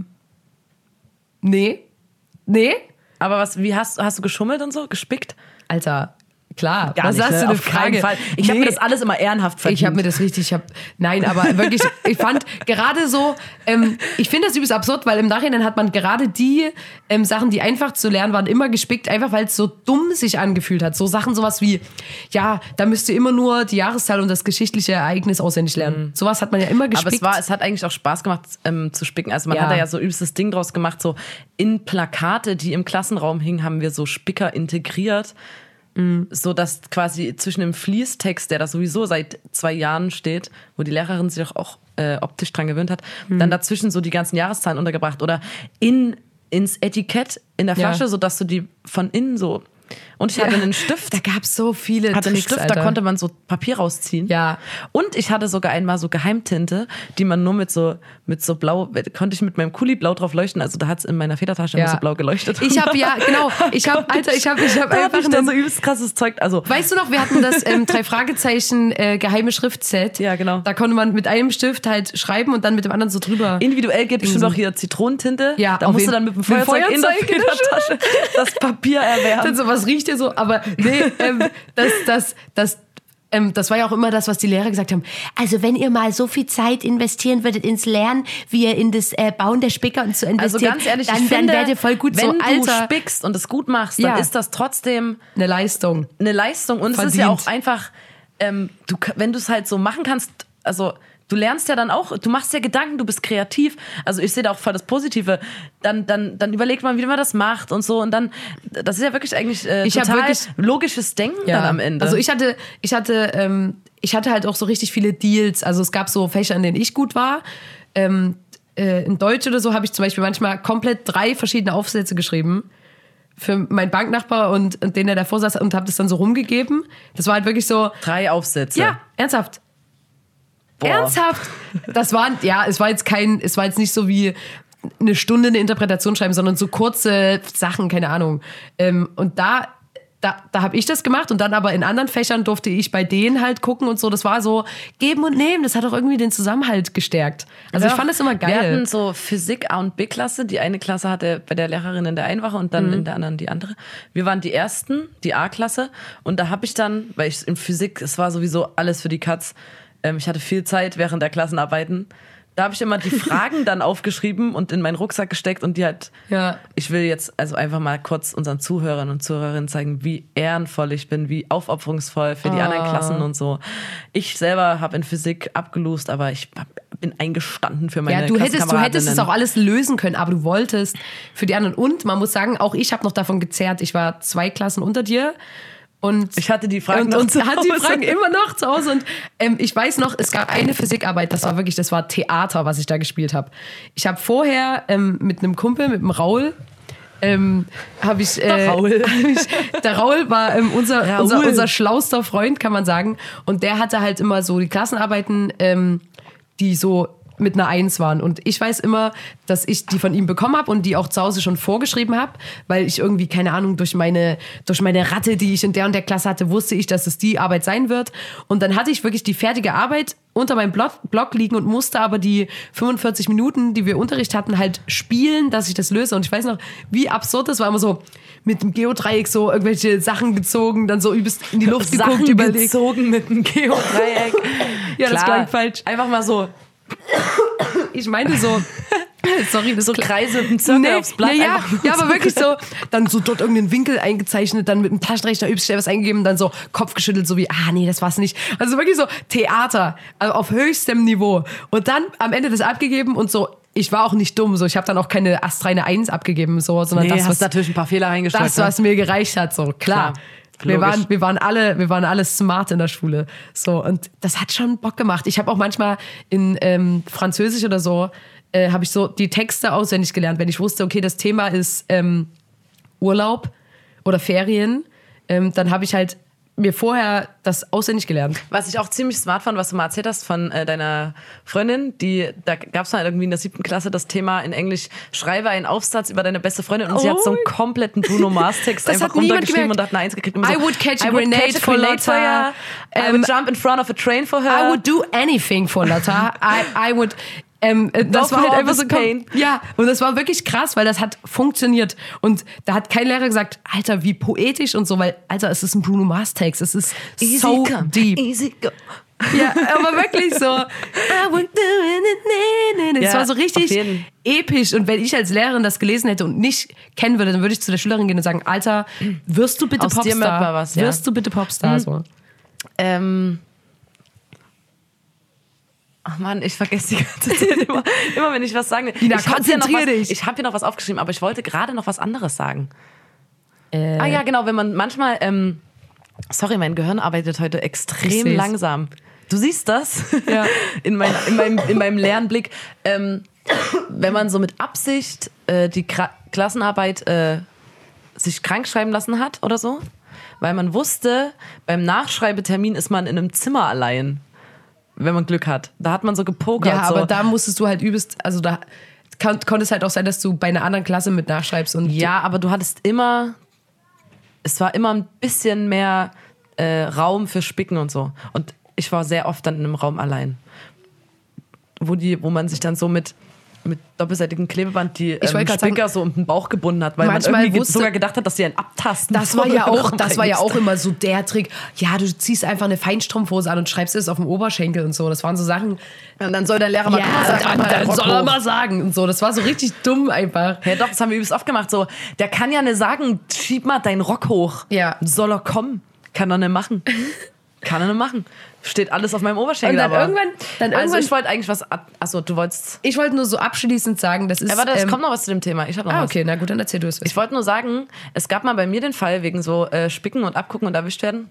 Nee. Aber wie hast du geschummelt und so, gespickt? Alter, klar. Gar was nicht, hast du eine Frage? Ich habe mir das alles immer ehrenhaft verdient. Ich habe mir das richtig, nein, aber wirklich, ich fand gerade so, ich finde das übelst absurd, weil im Nachhinein hat man gerade die Sachen, die einfach zu lernen waren, immer gespickt, einfach weil es so dumm sich angefühlt hat. So Sachen, sowas wie, ja, da müsst ihr immer nur die Jahreszahl und das geschichtliche Ereignis auswendig lernen. Sowas hat man ja immer gespickt. Aber es hat eigentlich auch Spaß gemacht zu spicken. Also man hat da ja so übelstes Ding draus gemacht, so in Plakate, die im Klassenraum hingen, haben wir so Spicker integriert. So dass quasi zwischen dem Fließtext, der da sowieso seit 2 Jahren steht, wo die Lehrerin sich auch optisch dran gewöhnt hat, dann dazwischen so die ganzen Jahreszahlen untergebracht oder ins Etikett in der Flasche, sodass du die von innen so. Und ich hatte einen Stift. Da gab es so viele Tricks, einen Stift, Alter. Da konnte man so Papier rausziehen. Ja. Und ich hatte sogar einmal so Geheimtinte, die man nur mit so blau, konnte ich mit meinem Kuli blau drauf leuchten. Also da hat es in meiner Federtasche immer so blau geleuchtet. Ich habe ich habe einfach da so übelst krasses Zeug. Also weißt du noch, wir hatten das 3 Fragezeichen geheime Schriftset. Ja, genau. Da konnte man mit einem Stift halt schreiben und dann mit dem anderen so drüber. Individuell gibt es bestimmt auch hier Zitronentinte. Ja, da musst du dann mit dem Feuerzeug in der Federtasche das Papier erwärmen. Dann sowas riecht ja so, aber nee, das war ja auch immer das, was die Lehrer gesagt haben. Also wenn ihr mal so viel Zeit investieren würdet ins Lernen, wie ihr in das Bauen der Spicker und so investiert, also ganz ehrlich, dann werdet ihr voll gut. Wenn so, Alter, du spickst und es gut machst, dann ist das trotzdem eine Leistung. Und verdient. Es ist ja auch einfach, wenn du es halt so machen kannst, also du lernst ja dann auch, du machst ja Gedanken, du bist kreativ. Also ich sehe da auch voll das Positive. Dann überlegt man, wie man das macht und so. Und dann, das ist ja wirklich eigentlich total logisches Denken dann am Ende. Also ich hatte halt auch so richtig viele Deals. Also es gab so Fächer, in denen ich gut war. In Deutsch oder so habe ich zum Beispiel manchmal komplett 3 verschiedene Aufsätze geschrieben für meinen Banknachbar und den, der davor saß, und habe das dann so rumgegeben. Das war halt wirklich so... 3 Aufsätze? Ja, ernsthaft. Boah. Ernsthaft? Es war jetzt nicht so wie eine Stunde eine Interpretation schreiben, sondern so kurze Sachen, keine Ahnung. Und da da habe ich das gemacht und dann aber in anderen Fächern durfte ich bei denen halt gucken und so. Das war so geben und nehmen. Das hat auch irgendwie den Zusammenhalt gestärkt. Also ich fand das immer geil. Wir hatten so Physik A- und B-Klasse. Die eine Klasse hatte bei der Lehrerin in der einen Woche und dann in der anderen die andere. Wir waren die Ersten, die A-Klasse. Und da habe ich dann, weil ich in Physik, es war sowieso alles für die Katz. Ich hatte viel Zeit während der Klassenarbeiten. Da habe ich immer die Fragen dann aufgeschrieben und in meinen Rucksack gesteckt und die halt, ich will jetzt also einfach mal kurz unseren Zuhörern und Zuhörerinnen zeigen, wie ehrenvoll ich bin, wie aufopferungsvoll für die anderen Klassen und so. Ich selber habe in Physik abgelost, aber ich bin eingestanden für meine Klassenkameradinnen. Du hättest es auch alles lösen können, aber du wolltest für die anderen. Und man muss sagen, auch ich habe noch davon gezerrt. Ich war 2 Klassen unter dir. Und ich hatte die Fragen noch zu Hause. Hatte die Fragen immer noch zu Hause. Und ich weiß noch, es gab eine Physikarbeit, das war Theater, was ich da gespielt habe. Ich habe vorher mit einem Kumpel, mit dem Raul, der Raul war unser schlauster Freund, kann man sagen. Und der hatte halt immer so die Klassenarbeiten, die so mit einer 1 waren. Und ich weiß immer, dass ich die von ihm bekommen habe und die auch zu Hause schon vorgeschrieben habe, weil ich irgendwie, keine Ahnung, durch meine Ratte, die ich in der und der Klasse hatte, wusste ich, dass es die Arbeit sein wird. Und dann hatte ich wirklich die fertige Arbeit unter meinem Block liegen und musste aber die 45 Minuten, die wir Unterricht hatten, halt spielen, dass ich das löse. Und ich weiß noch, wie absurd das war, immer so mit dem Geodreieck so irgendwelche Sachen gezogen, dann so übelst in die Luft geguckt, überlegt. Gezogen mit dem Geodreieck. Ja, das klang falsch. Einfach mal so. Ich meine so, sorry, das so Kreise mit dem Zirkel aufs Blatt. Ja, aber wirklich so, dann so dort irgendeinen Winkel eingezeichnet, dann mit dem Taschenrechner übelst schnell was eingegeben, dann so Kopf geschüttelt, so wie, nee, das war's nicht. Also wirklich so Theater, also auf höchstem Niveau. Und dann am Ende das abgegeben und so, ich war auch nicht dumm, so, ich habe dann auch keine astreine 1 abgegeben, so, sondern das, was natürlich ein paar Fehler reingestellt. Das, was mir gereicht hat, so, klar. Wir waren alle smart in der Schule. So, und das hat schon Bock gemacht. Ich habe auch manchmal in Französisch oder so, habe ich so die Texte auswendig gelernt, wenn ich wusste, okay, das Thema ist Urlaub oder Ferien, dann habe ich halt mir vorher das auswendig gelernt. Was ich auch ziemlich smart fand, was du mal erzählt hast von deiner Freundin, da gab es mal irgendwie in der 7. Klasse das Thema in Englisch, schreibe einen Aufsatz über deine beste Freundin und sie hat so einen kompletten Bruno Mars Text einfach runtergeschrieben und hat eine 1 gekriegt. I would catch a grenade for Lotta. I would jump in front of a train for her. I would do anything for Lotta. I would... das war halt einfach so pain. Ja, und das war wirklich krass, weil das hat funktioniert. Und da hat kein Lehrer gesagt, Alter, wie poetisch und so, weil, Alter, es ist ein Bruno Mars Text. Es ist easy so come, deep. Easy go. Ja, aber wirklich so. Es war so richtig episch. Und wenn ich als Lehrerin das gelesen hätte und nicht kennen würde, dann würde ich zu der Schülerin gehen und sagen, Alter, wirst du bitte Aus Popstar? Dir mal was, ja. Wirst du bitte Popstar? So. Ach Mann, ich vergesse die ganze Zeit immer wenn ich was sage. Nina, konzentrier dich. Ich habe hier noch was aufgeschrieben, aber ich wollte gerade noch was anderes sagen. Ja, genau, wenn man manchmal, sorry, mein Gehirn arbeitet heute extrem langsam. Du siehst das ja. in meinem leeren Blick. Wenn man so mit Absicht die Klassenarbeit sich krank schreiben lassen hat oder so, weil man wusste, beim Nachschreibetermin ist man in einem Zimmer allein. Wenn man Glück hat. Da hat man so gepokert. Ja, aber da musstest du halt übelst, also da konnte es halt auch sein, dass du bei einer anderen Klasse mit nachschreibst. Und ja, aber du hattest immer, es war immer ein bisschen mehr Raum für Spicken und so. Und ich war sehr oft dann in einem Raum allein. Wo man sich dann so mit doppelseitigem Klebeband die Spicker so um den Bauch gebunden hat, weil manchmal man irgendwie sogar gedacht hat, dass sie einen abtasten. Das war ja auch immer so der Trick. Ja, du ziehst einfach eine Feinstrumpfhose an und schreibst es auf dem Oberschenkel und so. Das waren so Sachen. Und dann soll der Lehrer mal soll er mal sagen und so. Das war so richtig dumm einfach. Ja doch, das haben wir übrigens oft gemacht. So, der kann ja nicht sagen, schieb mal deinen Rock hoch. Ja. Soll er kommen? Kann er nicht machen. Kann er nicht machen. Steht alles auf meinem Oberschenkel. Und dann irgendwann ich wollte eigentlich was. Achso, du wolltest. Ich wollte nur so abschließend sagen, das ist. Aber es kommt noch was zu dem Thema. Ich habe noch was. Okay, na gut, dann erzähl du es. Ich wollte nur sagen, es gab mal bei mir den Fall wegen so Spicken und Abgucken und erwischt werden,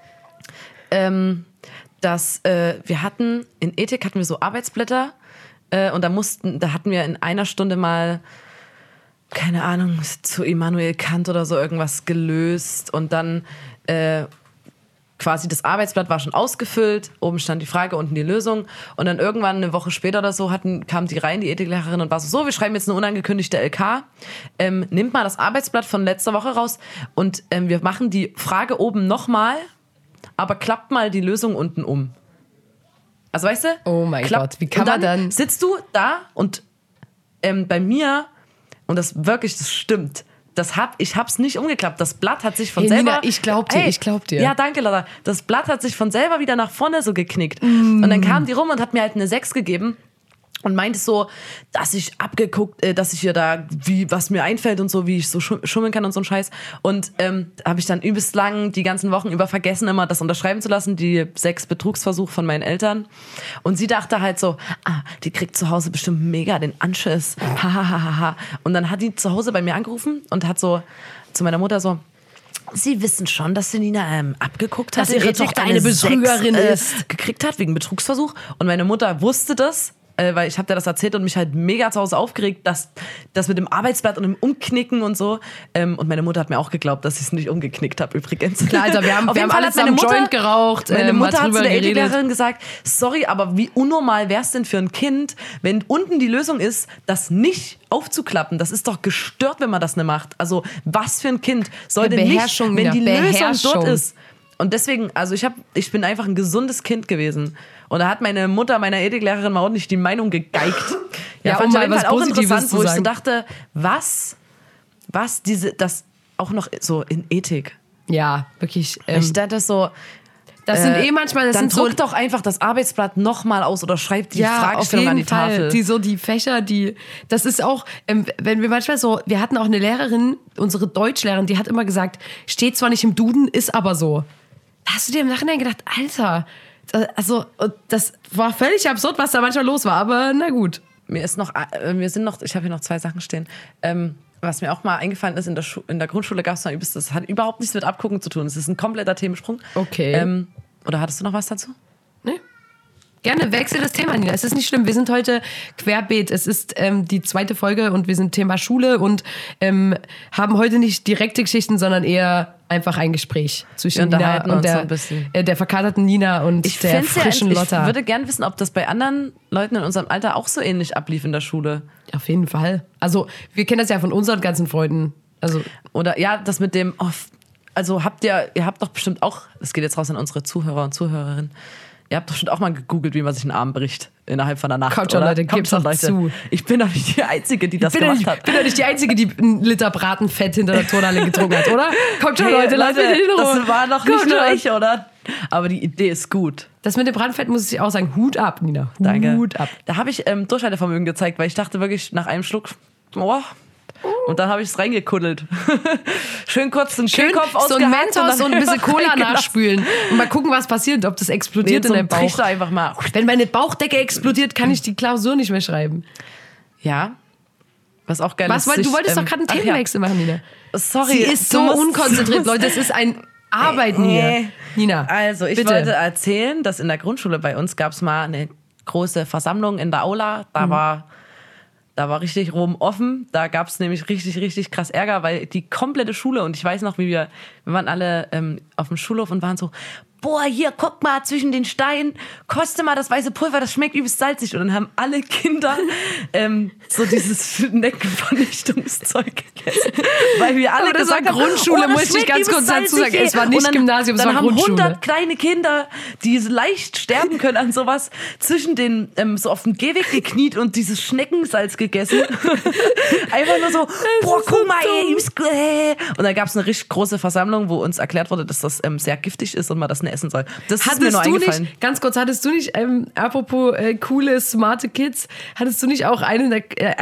dass wir hatten in Ethik hatten wir so Arbeitsblätter und da hatten wir in einer Stunde mal keine Ahnung zu Immanuel Kant oder so irgendwas gelöst und dann quasi das Arbeitsblatt war schon ausgefüllt, oben stand die Frage, unten die Lösung und dann irgendwann eine Woche später oder so kam die rein, die Ethiklehrerin und war so, wir schreiben jetzt eine unangekündigte LK, nimmt mal das Arbeitsblatt von letzter Woche raus und wir machen die Frage oben nochmal, aber klappt mal die Lösung unten um. Also weißt du? Oh mein Gott, wie kann man dann... Sitzt du da und bei mir, und das stimmt, ich hab's nicht umgeklappt. Das Blatt hat sich von selber... Nina, ich glaub dir. Ja, danke, Laura. Das Blatt hat sich von selber wieder nach vorne so geknickt. Und dann kam die rum und hat mir halt eine 6 gegeben. Und meinte so, dass ich dass ich hier da, was mir einfällt und so, wie ich so schummeln kann und so ein Scheiß. Und habe ich dann übelst lang die ganzen Wochen über vergessen, immer das unterschreiben zu lassen, die 6 Betrügsversuche von meinen Eltern. Und sie dachte halt so, die kriegt zu Hause bestimmt mega den Anschiss. Ha. Und dann hat die zu Hause bei mir angerufen und hat so zu meiner Mutter so, Sie wissen schon, dass die Nina abgeguckt hat, dass ihre Tochter eine Betrügerin ist. Gekriegt hat wegen Betrugsversuch. Und meine Mutter wusste das, weil ich habe dir das erzählt und mich halt mega zu Hause aufgeregt, dass das mit dem Arbeitsblatt und dem Umknicken und so. Und meine Mutter hat mir auch geglaubt, dass ich es nicht umgeknickt habe übrigens. Klar, Alter, wir haben alle zusammen Joint geraucht. Meine Mutter hat zu der Ethiklehrerin gesagt, sorry, aber wie unnormal wäre es denn für ein Kind, wenn unten die Lösung ist, das nicht aufzuklappen. Das ist doch gestört, wenn man das nicht macht. Also was für ein Kind sollte nicht, wenn die Lösung dort ist. Und deswegen, also ich bin einfach ein gesundes Kind gewesen. Und da hat meine Mutter meiner Ethiklehrerin mal ordentlich die Meinung gegeigt. Ja, fand ich was auch interessant, wo ich so dachte, das auch noch so in Ethik. Ja, wirklich. Ich dachte so, das sind manchmal, dann druck doch einfach das Arbeitsblatt nochmal aus oder schreib die Fragestellung an die Tafel. Die Fächer, das ist auch, wenn wir manchmal so, wir hatten auch eine Lehrerin, unsere Deutschlehrerin, die hat immer gesagt, steht zwar nicht im Duden, ist aber so. Da hast du dir im Nachhinein gedacht, Alter, also das war völlig absurd, was da manchmal los war, aber na gut. Ich habe hier noch 2 Sachen stehen. Was mir auch mal eingefallen ist, in der Grundschule gab es mal das hat überhaupt nichts mit Abgucken zu tun. Es ist ein kompletter Themensprung. Okay. Oder hattest du noch was dazu? Nee. Gerne, wechsel das Thema, Nina. Es ist nicht schlimm. Wir sind heute querbeet. Es ist die 2. Folge und wir sind Thema Schule und haben heute nicht direkte Geschichten, sondern eher einfach ein Gespräch zwischen Nina und der verkaterten Nina und der frischen Lotta. Ich würde gerne wissen, ob das bei anderen Leuten in unserem Alter auch so ähnlich ablief in der Schule. Auf jeden Fall. Also wir kennen das ja von unseren ganzen Freunden. Also oder ja, das mit dem, also ihr habt doch bestimmt auch, das geht jetzt raus an unsere Zuhörer und Zuhörerinnen, ihr habt doch bestimmt auch mal gegoogelt, wie man sich einen Arm bricht innerhalb von der Nacht. Kommt schon, Leute, gibt's doch zu. Ich bin doch nicht die Einzige, die das gemacht hat. Ich bin doch nicht die Einzige, die einen Liter Bratenfett hinter der Turnhalle getrunken hat, oder? Kommt schon, Leute, lasst mich in Ruhe. Das war doch nicht nur ich, oder? Aber die Idee ist gut. Das mit dem Bratenfett muss ich auch sagen, Hut ab, Nina. Danke. Hut ab. Da habe ich Durchhaltevermögen gezeigt, weil ich dachte wirklich nach einem Schluck, und dann habe ich es reingekuddelt. Schön kurz den Kehlkopf ausgehakt. So ein Mentos und ein bisschen Cola nachspülen. Und mal gucken, was passiert, ob das explodiert in deinem Bauch. Trichter einfach mal. Wenn meine Bauchdecke explodiert, kann ich die Klausur nicht mehr schreiben. Ja. Was auch geil ist. Du wolltest doch gerade einen Themenwechsel machen, Nina. Sorry. Sie ist so unkonzentriert, Leute. Das ist ein Arbeiten hier. Nina, also ich wollte erzählen, dass in der Grundschule bei uns gab es mal eine große Versammlung in der Aula. Da war richtig Rom offen. Da gab es nämlich richtig, richtig krass Ärger, weil die komplette Schule, und ich weiß noch, wir waren alle auf dem Schulhof und waren so, boah, hier, guck mal, zwischen den Steinen, koste mal das weiße Pulver, das schmeckt übelst salzig. Und dann haben alle Kinder so dieses Schneckenvernichtungszeug gegessen. Weil wir alle gesagt haben, Grundschule, muss ich ganz kurz dazu sagen. Es war nicht Gymnasium, es war Grundschule. Dann haben 100 kleine Kinder, die leicht sterben können an sowas, zwischen den, so auf dem Gehweg gekniet und dieses Schneckensalz gegessen. Einfach nur so, boah, guck mal, ey. Und dann gab es eine richtig große Versammlung, wo uns erklärt wurde, dass das sehr giftig ist und man das nicht essen soll. Das ist mir nur eingefallen. Ganz kurz, hattest du nicht, apropos coole, smarte Kids, hattest du nicht auch einen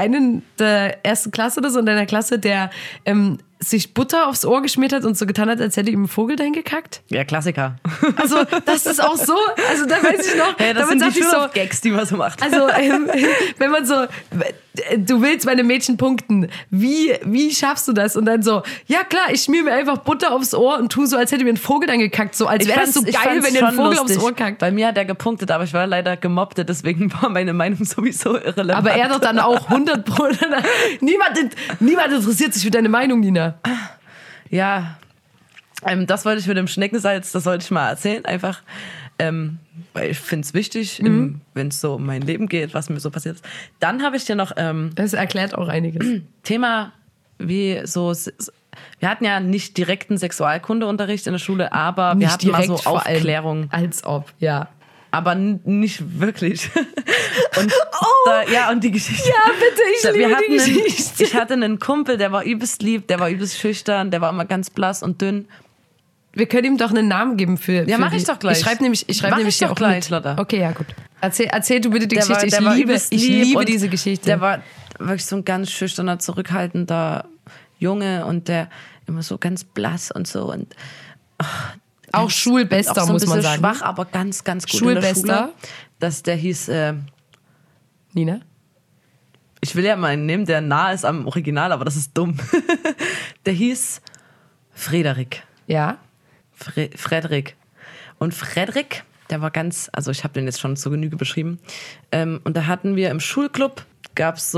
der ersten Klasse oder so in deiner Klasse, der sich Butter aufs Ohr geschmiert hat und so getan hat, als hätte ihm ein Vogel dahin gekackt? Ja, Klassiker. Also, das ist auch so, also da weiß ich noch. Hey, das sind die Gags, die man so macht. Also, wenn man so, du willst meine Mädchen punkten, wie schaffst du das? Und dann so, ja klar, ich schmier mir einfach Butter aufs Ohr und tu so, als hätte mir ein Vogel dann gekackt, so als wäre das so geil, wenn dir ein Vogel aufs Ohr kackt. Bei mir hat er gepunktet, aber ich war leider gemobbt, deswegen war meine Meinung sowieso irrelevant. Aber er doch dann auch 100%. Niemand interessiert sich für deine Meinung, Nina. Ja. Das wollte ich mit dem Schneckensalz, das wollte ich mal erzählen, einfach, weil ich finde es wichtig, wenn es so um mein Leben geht, was mir so passiert ist. Dann habe ich dir noch... das erklärt auch einiges. Thema wie so... Wir hatten ja nicht direkten Sexualkundeunterricht in der Schule, aber wir hatten mal so Aufklärung. Als ob, ja. Aber nicht wirklich. Und und die Geschichte. Ja, bitte, ich liebe die Geschichte. Ich hatte einen Kumpel, der war übelst lieb, der war übelst schüchtern, der war immer ganz blass und dünn. Wir können ihm doch einen Namen geben für ja, mach ich doch gleich. Ich schreibe nämlich hier auch gleich, mit. Lotta. Okay, ja, gut. Erzähl du bitte die Geschichte. Ich liebe diese Geschichte. Der war wirklich so ein ganz schüchterner, zurückhaltender Junge und der immer so ganz blass und so und auch Schulbester, auch so muss man sagen. Schwach, aber ganz, ganz gut Schulbester. In der Schule. Der hieß Nina? Ich will ja mal einen nehmen, der nah ist am Original, aber das ist dumm. Der hieß Frederik. Ja. Frederik. Und Frederik, der war ganz, also ich habe den jetzt schon zur Genüge beschrieben. Und da hatten wir im Schulclub, das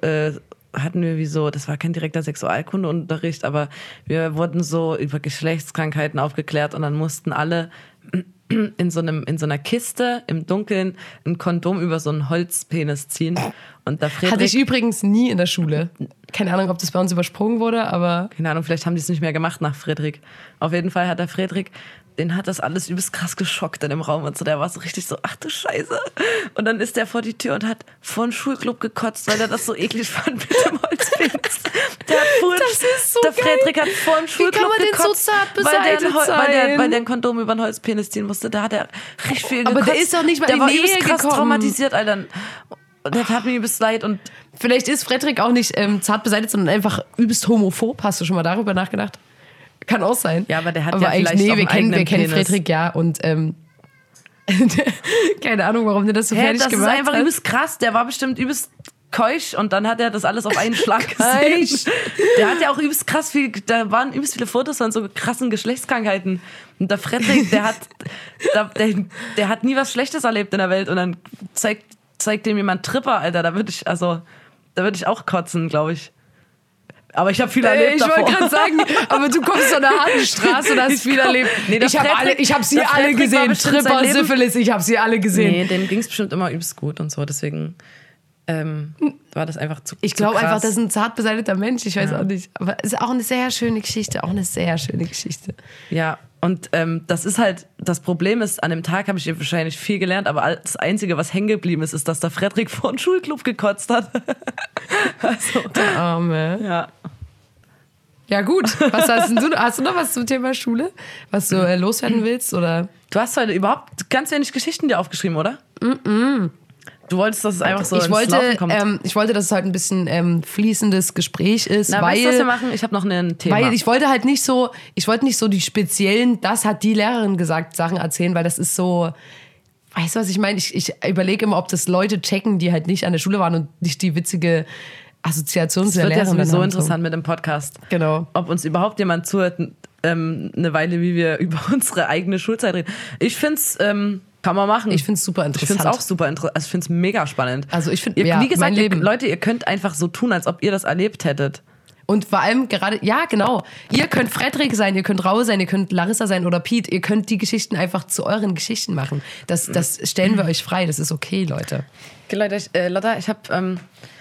war kein direkter Sexualkundeunterricht, aber wir wurden so über Geschlechtskrankheiten aufgeklärt und dann mussten alle in so einer Kiste im Dunkeln ein Kondom über so einen Holzpenis ziehen. Und da hatte ich übrigens nie in der Schule. Keine Ahnung, ob das bei uns übersprungen wurde, aber... Keine Ahnung, vielleicht haben die es nicht mehr gemacht nach Frederik. Auf jeden Fall hat der Frederik, den hat das alles übelst krass geschockt in dem Raum und so. Der war so richtig so, ach du Scheiße. Und dann ist der vor die Tür und hat vor den Schulclub gekotzt, weil er das so eklig fand mit dem Holzpenis. Das ist so der Frederik hat vor dem Schulclub gekotzt. Wie kann man den so zart beseitigt sein? Weil der ein Kondom über den Holzpenis ziehen musste. Da hat er richtig viel gekotzt. Aber der ist doch nicht mal in die Nähe krass gekommen. Traumatisiert, Alter. Der tat mir übelst leid. Und vielleicht ist Frederik auch nicht zart beseitigt, sondern einfach übelst homophob. Hast du schon mal darüber nachgedacht? Kann auch sein. Ja, aber der hat ja vielleicht auch einen eigenen wir kennen Frederik, ja. Und keine Ahnung, warum der das so fertig gemacht hat. Das ist einfach übelst krass. Der war bestimmt übelst keusch und dann hat er das alles auf einen Schlag gesehen. Der hat ja auch übelst krass viel, da waren übelst viele Fotos von so krassen Geschlechtskrankheiten. Und der Frederik, der hat nie was Schlechtes erlebt in der Welt und dann zeigt dem jemand Tripper, Alter, da würde ich auch kotzen, glaube ich. Aber ich habe viel erlebt davor. Ich wollte gerade sagen, aber du kommst von der harten Straße und hast viel erlebt. Nee, ich habe sie alle gesehen. Tripper, Syphilis, ich habe sie alle gesehen. Nee, dem ging es bestimmt immer übelst gut und so, deswegen war das einfach zu krass. Ich glaube einfach, das ist ein zart beseitigter Mensch, ich weiß auch nicht. Aber es ist auch eine sehr schöne Geschichte, Ja, und das ist halt, das Problem ist, an dem Tag habe ich wahrscheinlich viel gelernt, aber das Einzige, was hängen geblieben ist, dass der Frederik vor den Schulclub gekotzt hat. Also, der Arme. Ja. Ja gut, was hast du noch was zum Thema Schule, was du loswerden willst? Oder? Du hast heute überhaupt ganz wenig Geschichten dir aufgeschrieben, oder? Du wolltest, dass es einfach so ins Laufen kommt. Ich wollte, dass es halt ein bisschen fließendes Gespräch ist. Weißt du, was wir machen? Ich habe noch ein Thema. Weil ich wollte halt nicht so die speziellen, das hat die Lehrerin gesagt, Sachen erzählen, weil das ist so, weißt du, was ich meine? Ich überlege immer, ob das Leute checken, die halt nicht an der Schule waren und nicht die witzige Assoziation zu der Lehrerin. Das wird ja sowieso interessant mit dem Podcast. Genau. Ob uns überhaupt jemand zuhört, eine Weile, wie wir über unsere eigene Schulzeit reden. Ich finde es... kann man machen. Ich finde es super interessant. Ich finde es auch super interessant. Also ich finde es mega spannend. Also ich finde, wie gesagt, Leute, ihr könnt einfach so tun, als ob ihr das erlebt hättet. Und vor allem gerade, ja genau, ihr könnt Frederik sein, ihr könnt Raul sein, ihr könnt Larissa sein oder Piet. Ihr könnt die Geschichten einfach zu euren Geschichten machen. Das stellen wir euch frei, das ist okay, Leute. Okay, Leute, Lotta, ich habe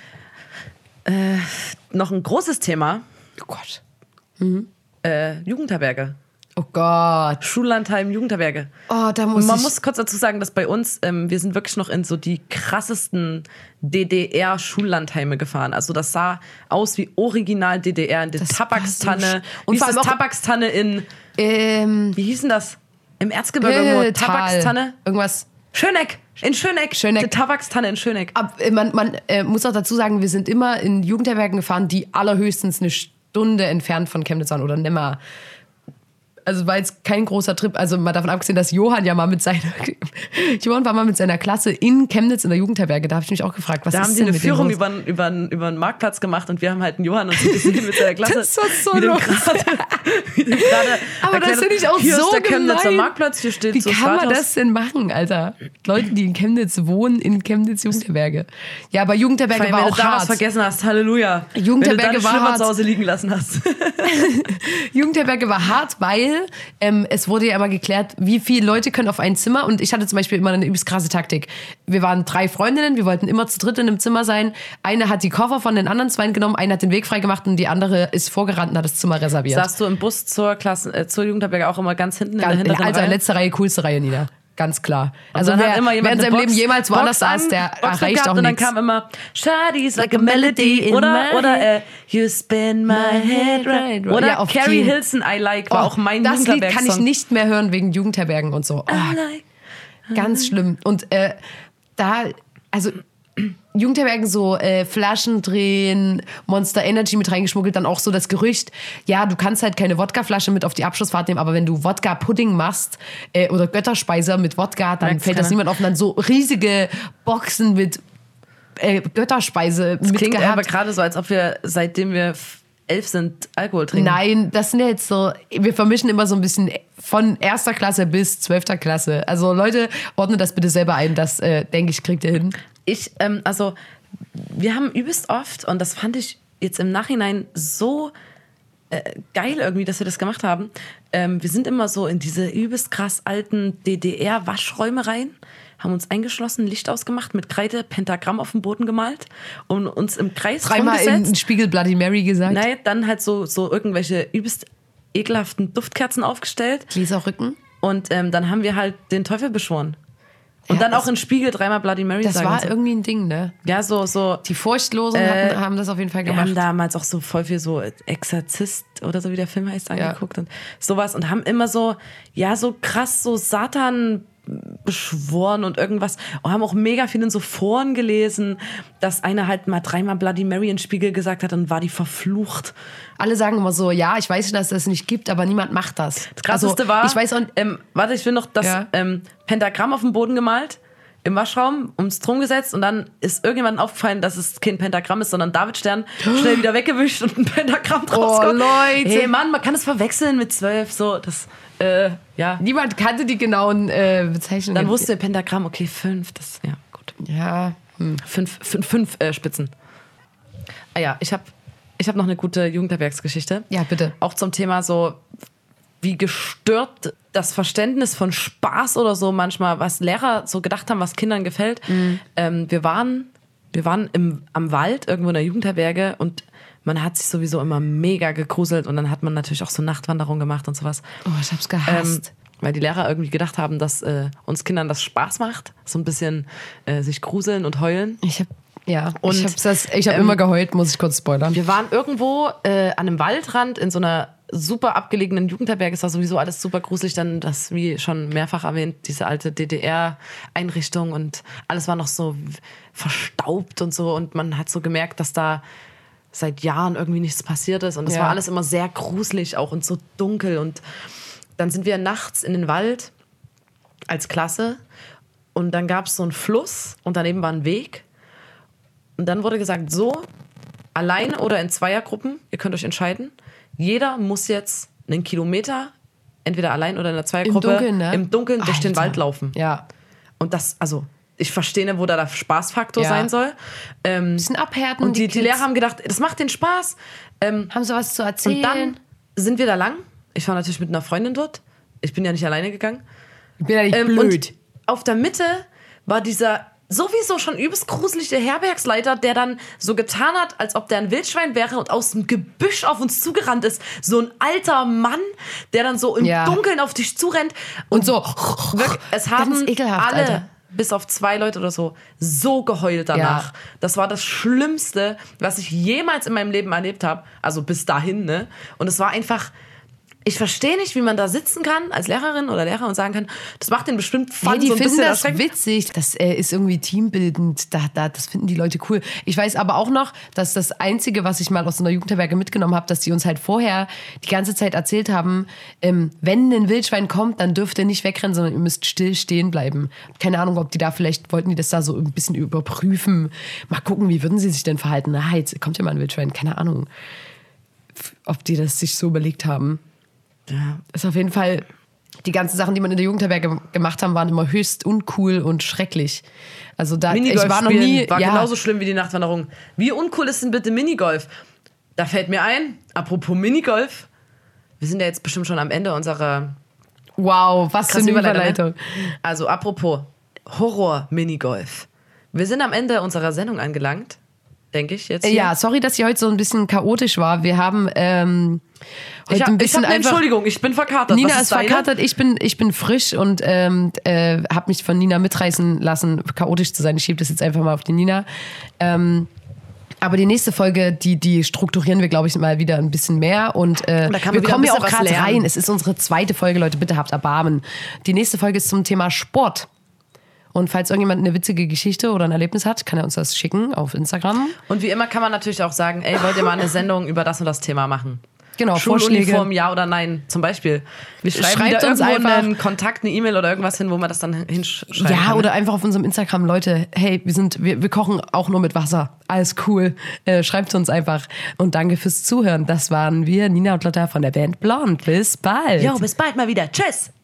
noch ein großes Thema. Oh Gott. Jugendherberge. Oh Gott. Schullandheim, Jugendherberge. Oh, da muss Man muss kurz dazu sagen, dass bei uns, wir sind wirklich noch in so die krassesten DDR-Schullandheime gefahren. Also das sah aus wie original DDR in der Tabakstanne. Und wie vor ist das Tabakstanne in, wie hieß denn das? Im Erzgebirge irgendwo? Tabakstanne? Irgendwas. Schöneck. In Schöneck. Die Tabakstanne in Schöneck. Man muss auch dazu sagen, wir sind immer in Jugendherbergen gefahren, die allerhöchstens eine Stunde entfernt von Chemnitz waren oder nimmer. Also war jetzt kein großer Trip, also mal davon abgesehen, dass Johann war mal mit seiner Klasse in Chemnitz in der Jugendherberge. Da habe ich mich auch gefragt, was da ist denn mit dem Da haben die eine Führung über den Marktplatz gemacht und wir haben halt einen Johann und so gesehen mit seiner Klasse. Das war so lustig. Aber das finde ich auch hier so ist der gemein. Chemnitzer Marktplatz, hier steht Wie so kann man das denn machen, Alter? Leute, die in Chemnitz wohnen, in Chemnitz Jugendherberge. Ja, aber Jugendherberge war auch hart. Wenn du da was vergessen hast, Halleluja. Jugendherberge war hart. Zu Hause liegen lassen hast. Jugendherberge war hart, weil es wurde ja immer geklärt, wie viele Leute können auf ein Zimmer. Und ich hatte zum Beispiel immer eine übelst krasse Taktik. Wir waren 3 Freundinnen, wir wollten immer zu dritt in einem Zimmer sein. Eine hat die Koffer von den anderen 2 genommen, eine hat den Weg freigemacht und die andere ist vorgerannt und hat das Zimmer reserviert. Saßt du im Bus zur Jugendherberge auch immer ganz hinten in der hinteren Reihe? Also letzte Reihe, coolste Reihe, Nina. Ganz klar. Also wer in seinem Leben jemals woanders saß, der erreicht auch nichts. Und dann kam immer Shawty's like a melody oder You spin my head right. Oder ja, Carrie Hilson, I Like, war auch mein Jugendherberg-Song. Das Lied kann ich nicht mehr hören wegen Jugendherbergen und so. Ganz schlimm. Und also Jugendherbergen so Flaschen drehen, Monster Energy mit reingeschmuggelt, dann auch so das Gerücht, ja, du kannst halt keine Wodkaflasche mit auf die Abschlussfahrt nehmen, aber wenn du Wodka-Pudding machst oder Götterspeise mit Wodka, dann fällt das niemand auf. Und dann so riesige Boxen mit Götterspeise das klingt aber gerade so, als ob wir, seitdem wir 11 sind, Alkohol trinken. Nein, das sind ja jetzt so, wir vermischen immer so ein bisschen von 1. Klasse bis 12. Klasse. Also Leute, ordnet das bitte selber ein, das, denke ich, kriegt ihr hin. Wir haben übelst oft, und das fand ich jetzt im Nachhinein so geil irgendwie, dass wir das gemacht haben. Wir sind immer so in diese übelst krass alten DDR-Waschräume rein, haben uns eingeschlossen, Licht ausgemacht, mit Kreide Pentagramm auf dem Boden gemalt und uns im Kreis 3-mal in den Spiegel Bloody Mary gesagt. Nein, dann halt so irgendwelche übelst ekelhaften Duftkerzen aufgestellt. Gläserrücken. Und dann haben wir halt den Teufel beschworen. Und dann auch in Spiegel 3-mal Bloody Mary das sagen. Das war irgendwie ein Ding, ne? Ja, so. Die Furchtlosen haben das auf jeden Fall gemacht. Wir haben damals auch so voll viel so Exorzist oder so, wie der Film heißt, angeguckt und sowas. Und haben immer so krass so Satan beschworen und irgendwas. Und haben auch mega viel in so Foren gelesen, dass einer halt mal 3-mal Bloody Mary in Spiegel gesagt hat und war die verflucht. Alle sagen immer so, ja, ich weiß, dass es das nicht gibt, aber niemand macht das. Das Krasseste war, ich weiß auch, ich will noch das Pentagramm auf dem Boden gemalt, im Waschraum, ums Drum gesetzt und dann ist irgendjemandem aufgefallen, dass es kein Pentagramm ist, sondern Davidstern, schnell wieder weggewischt und ein Pentagramm draus kommt. Oh, Leute! Hey Mann, man kann es verwechseln mit 12, so, das, ja. Niemand kannte die genauen Bezeichnungen. Dann wusste der Pentagramm, okay, 5, das, ja, gut. Ja. 5 Spitzen. Ah ja, ich hab noch eine gute Jugendherbergsgeschichte. Ja, bitte. Auch zum Thema so, wie gestört das Verständnis von Spaß oder so manchmal, was Lehrer so gedacht haben, was Kindern gefällt. Wir waren am Wald, irgendwo in der Jugendherberge und man hat sich sowieso immer mega gegruselt und dann hat man natürlich auch so Nachtwanderung gemacht und sowas. Oh, ich hab's gehasst. Weil die Lehrer irgendwie gedacht haben, dass uns Kindern das Spaß macht, so ein bisschen sich gruseln und heulen. Ich habe immer geheult, muss ich kurz spoilern. Wir waren irgendwo an einem Waldrand in so einer super abgelegenen Jugendherberge. Es war sowieso alles super gruselig. Dann das, wie schon mehrfach erwähnt, diese alte DDR-Einrichtung und alles war noch so verstaubt und so. Und man hat so gemerkt, dass da seit Jahren irgendwie nichts passiert ist. Und es war alles immer sehr gruselig auch und so dunkel. Und dann sind wir nachts in den Wald als Klasse und dann gab es so einen Fluss und daneben war ein Weg. Und dann wurde gesagt, so, alleine oder in Zweiergruppen, ihr könnt euch entscheiden. Jeder muss jetzt einen Kilometer, entweder allein oder in einer Zweiergruppe, im Dunkeln durch den Wald laufen. Ja. Und das, also, ich verstehe nicht, wo da der Spaßfaktor sein soll. Ein bisschen abhärten. Und die Lehrer haben gedacht, das macht den Spaß. Haben sie was zu erzählen? Und dann sind wir da lang. Ich war natürlich mit einer Freundin dort. Ich bin ja nicht alleine gegangen. Ich bin ja nicht blöd. Und auf der Mitte war dieser sowieso schon übelst gruselige Herbergsleiter, der dann so getan hat, als ob der ein Wildschwein wäre und aus dem Gebüsch auf uns zugerannt ist. So ein alter Mann, der dann so im Dunkeln auf dich zurennt. Und so, wirklich, es haben alle, Alter, bis auf 2 Leute oder so geheult danach. Ja. Das war das Schlimmste, was ich jemals in meinem Leben erlebt habe. Also bis dahin, ne? Und es war einfach... Ich verstehe nicht, wie man da sitzen kann als Lehrerin oder Lehrer und sagen kann, das macht den bestimmt Fun, die so ein finden bisschen das witzig. Das ist irgendwie teambildend. Das finden die Leute cool. Ich weiß aber auch noch, dass das Einzige, was ich mal aus so einer Jugendherberge mitgenommen habe, dass die uns halt vorher die ganze Zeit erzählt haben, wenn ein Wildschwein kommt, dann dürft ihr nicht wegrennen, sondern ihr müsst still stehen bleiben. Keine Ahnung, ob die da vielleicht, wollten die das da so ein bisschen überprüfen. Mal gucken, wie würden sie sich denn verhalten. Na, jetzt kommt ja mal ein Wildschwein. Keine Ahnung, ob die das sich so überlegt haben. Ja. Ist auf jeden Fall, die ganzen Sachen, die man in der Jugendherberge gemacht haben, waren immer höchst uncool und schrecklich. Also da, Minigolf ich war noch nie... war genauso schlimm wie die Nachtwanderung. Wie uncool ist denn bitte Minigolf? Da fällt mir ein, apropos Minigolf, Wir sind ja jetzt bestimmt schon am Ende unserer... Wow, was für eine Überleitung. Also apropos Horror-Minigolf. Wir sind am Ende unserer Sendung angelangt, denke ich jetzt. Hier. Ja, sorry, dass sie heute so ein bisschen chaotisch war. Wir haben heute ein bisschen einfach... Entschuldigung, ich bin verkatert. Nina ist verkatert, ich bin frisch und habe mich von Nina mitreißen lassen, chaotisch zu sein. Ich schiebe das jetzt einfach mal auf die Nina. Aber die nächste Folge, die strukturieren wir, glaube ich, mal wieder ein bisschen mehr. Und wir kommen ja auch gerade rein. Es ist unsere zweite Folge, Leute, bitte habt Erbarmen. Die nächste Folge ist zum Thema Sport. Und falls irgendjemand eine witzige Geschichte oder ein Erlebnis hat, kann er uns das schicken auf Instagram. Und wie immer kann man natürlich auch sagen, ey, wollt ihr mal eine Sendung über das und das Thema machen? Genau, Schuluniform, ja oder nein, zum Beispiel. Wir schreiben da uns irgendwo einen Kontakt, eine E-Mail oder irgendwas hin, wo man das dann hinschreiben kann. Ja, oder einfach auf unserem Instagram, Leute, hey, wir kochen auch nur mit Wasser. Alles cool. Schreibt uns einfach. Und danke fürs Zuhören. Das waren wir, Nina und Lotta von der Band Blond. Bis bald. Jo, bis bald mal wieder. Tschüss.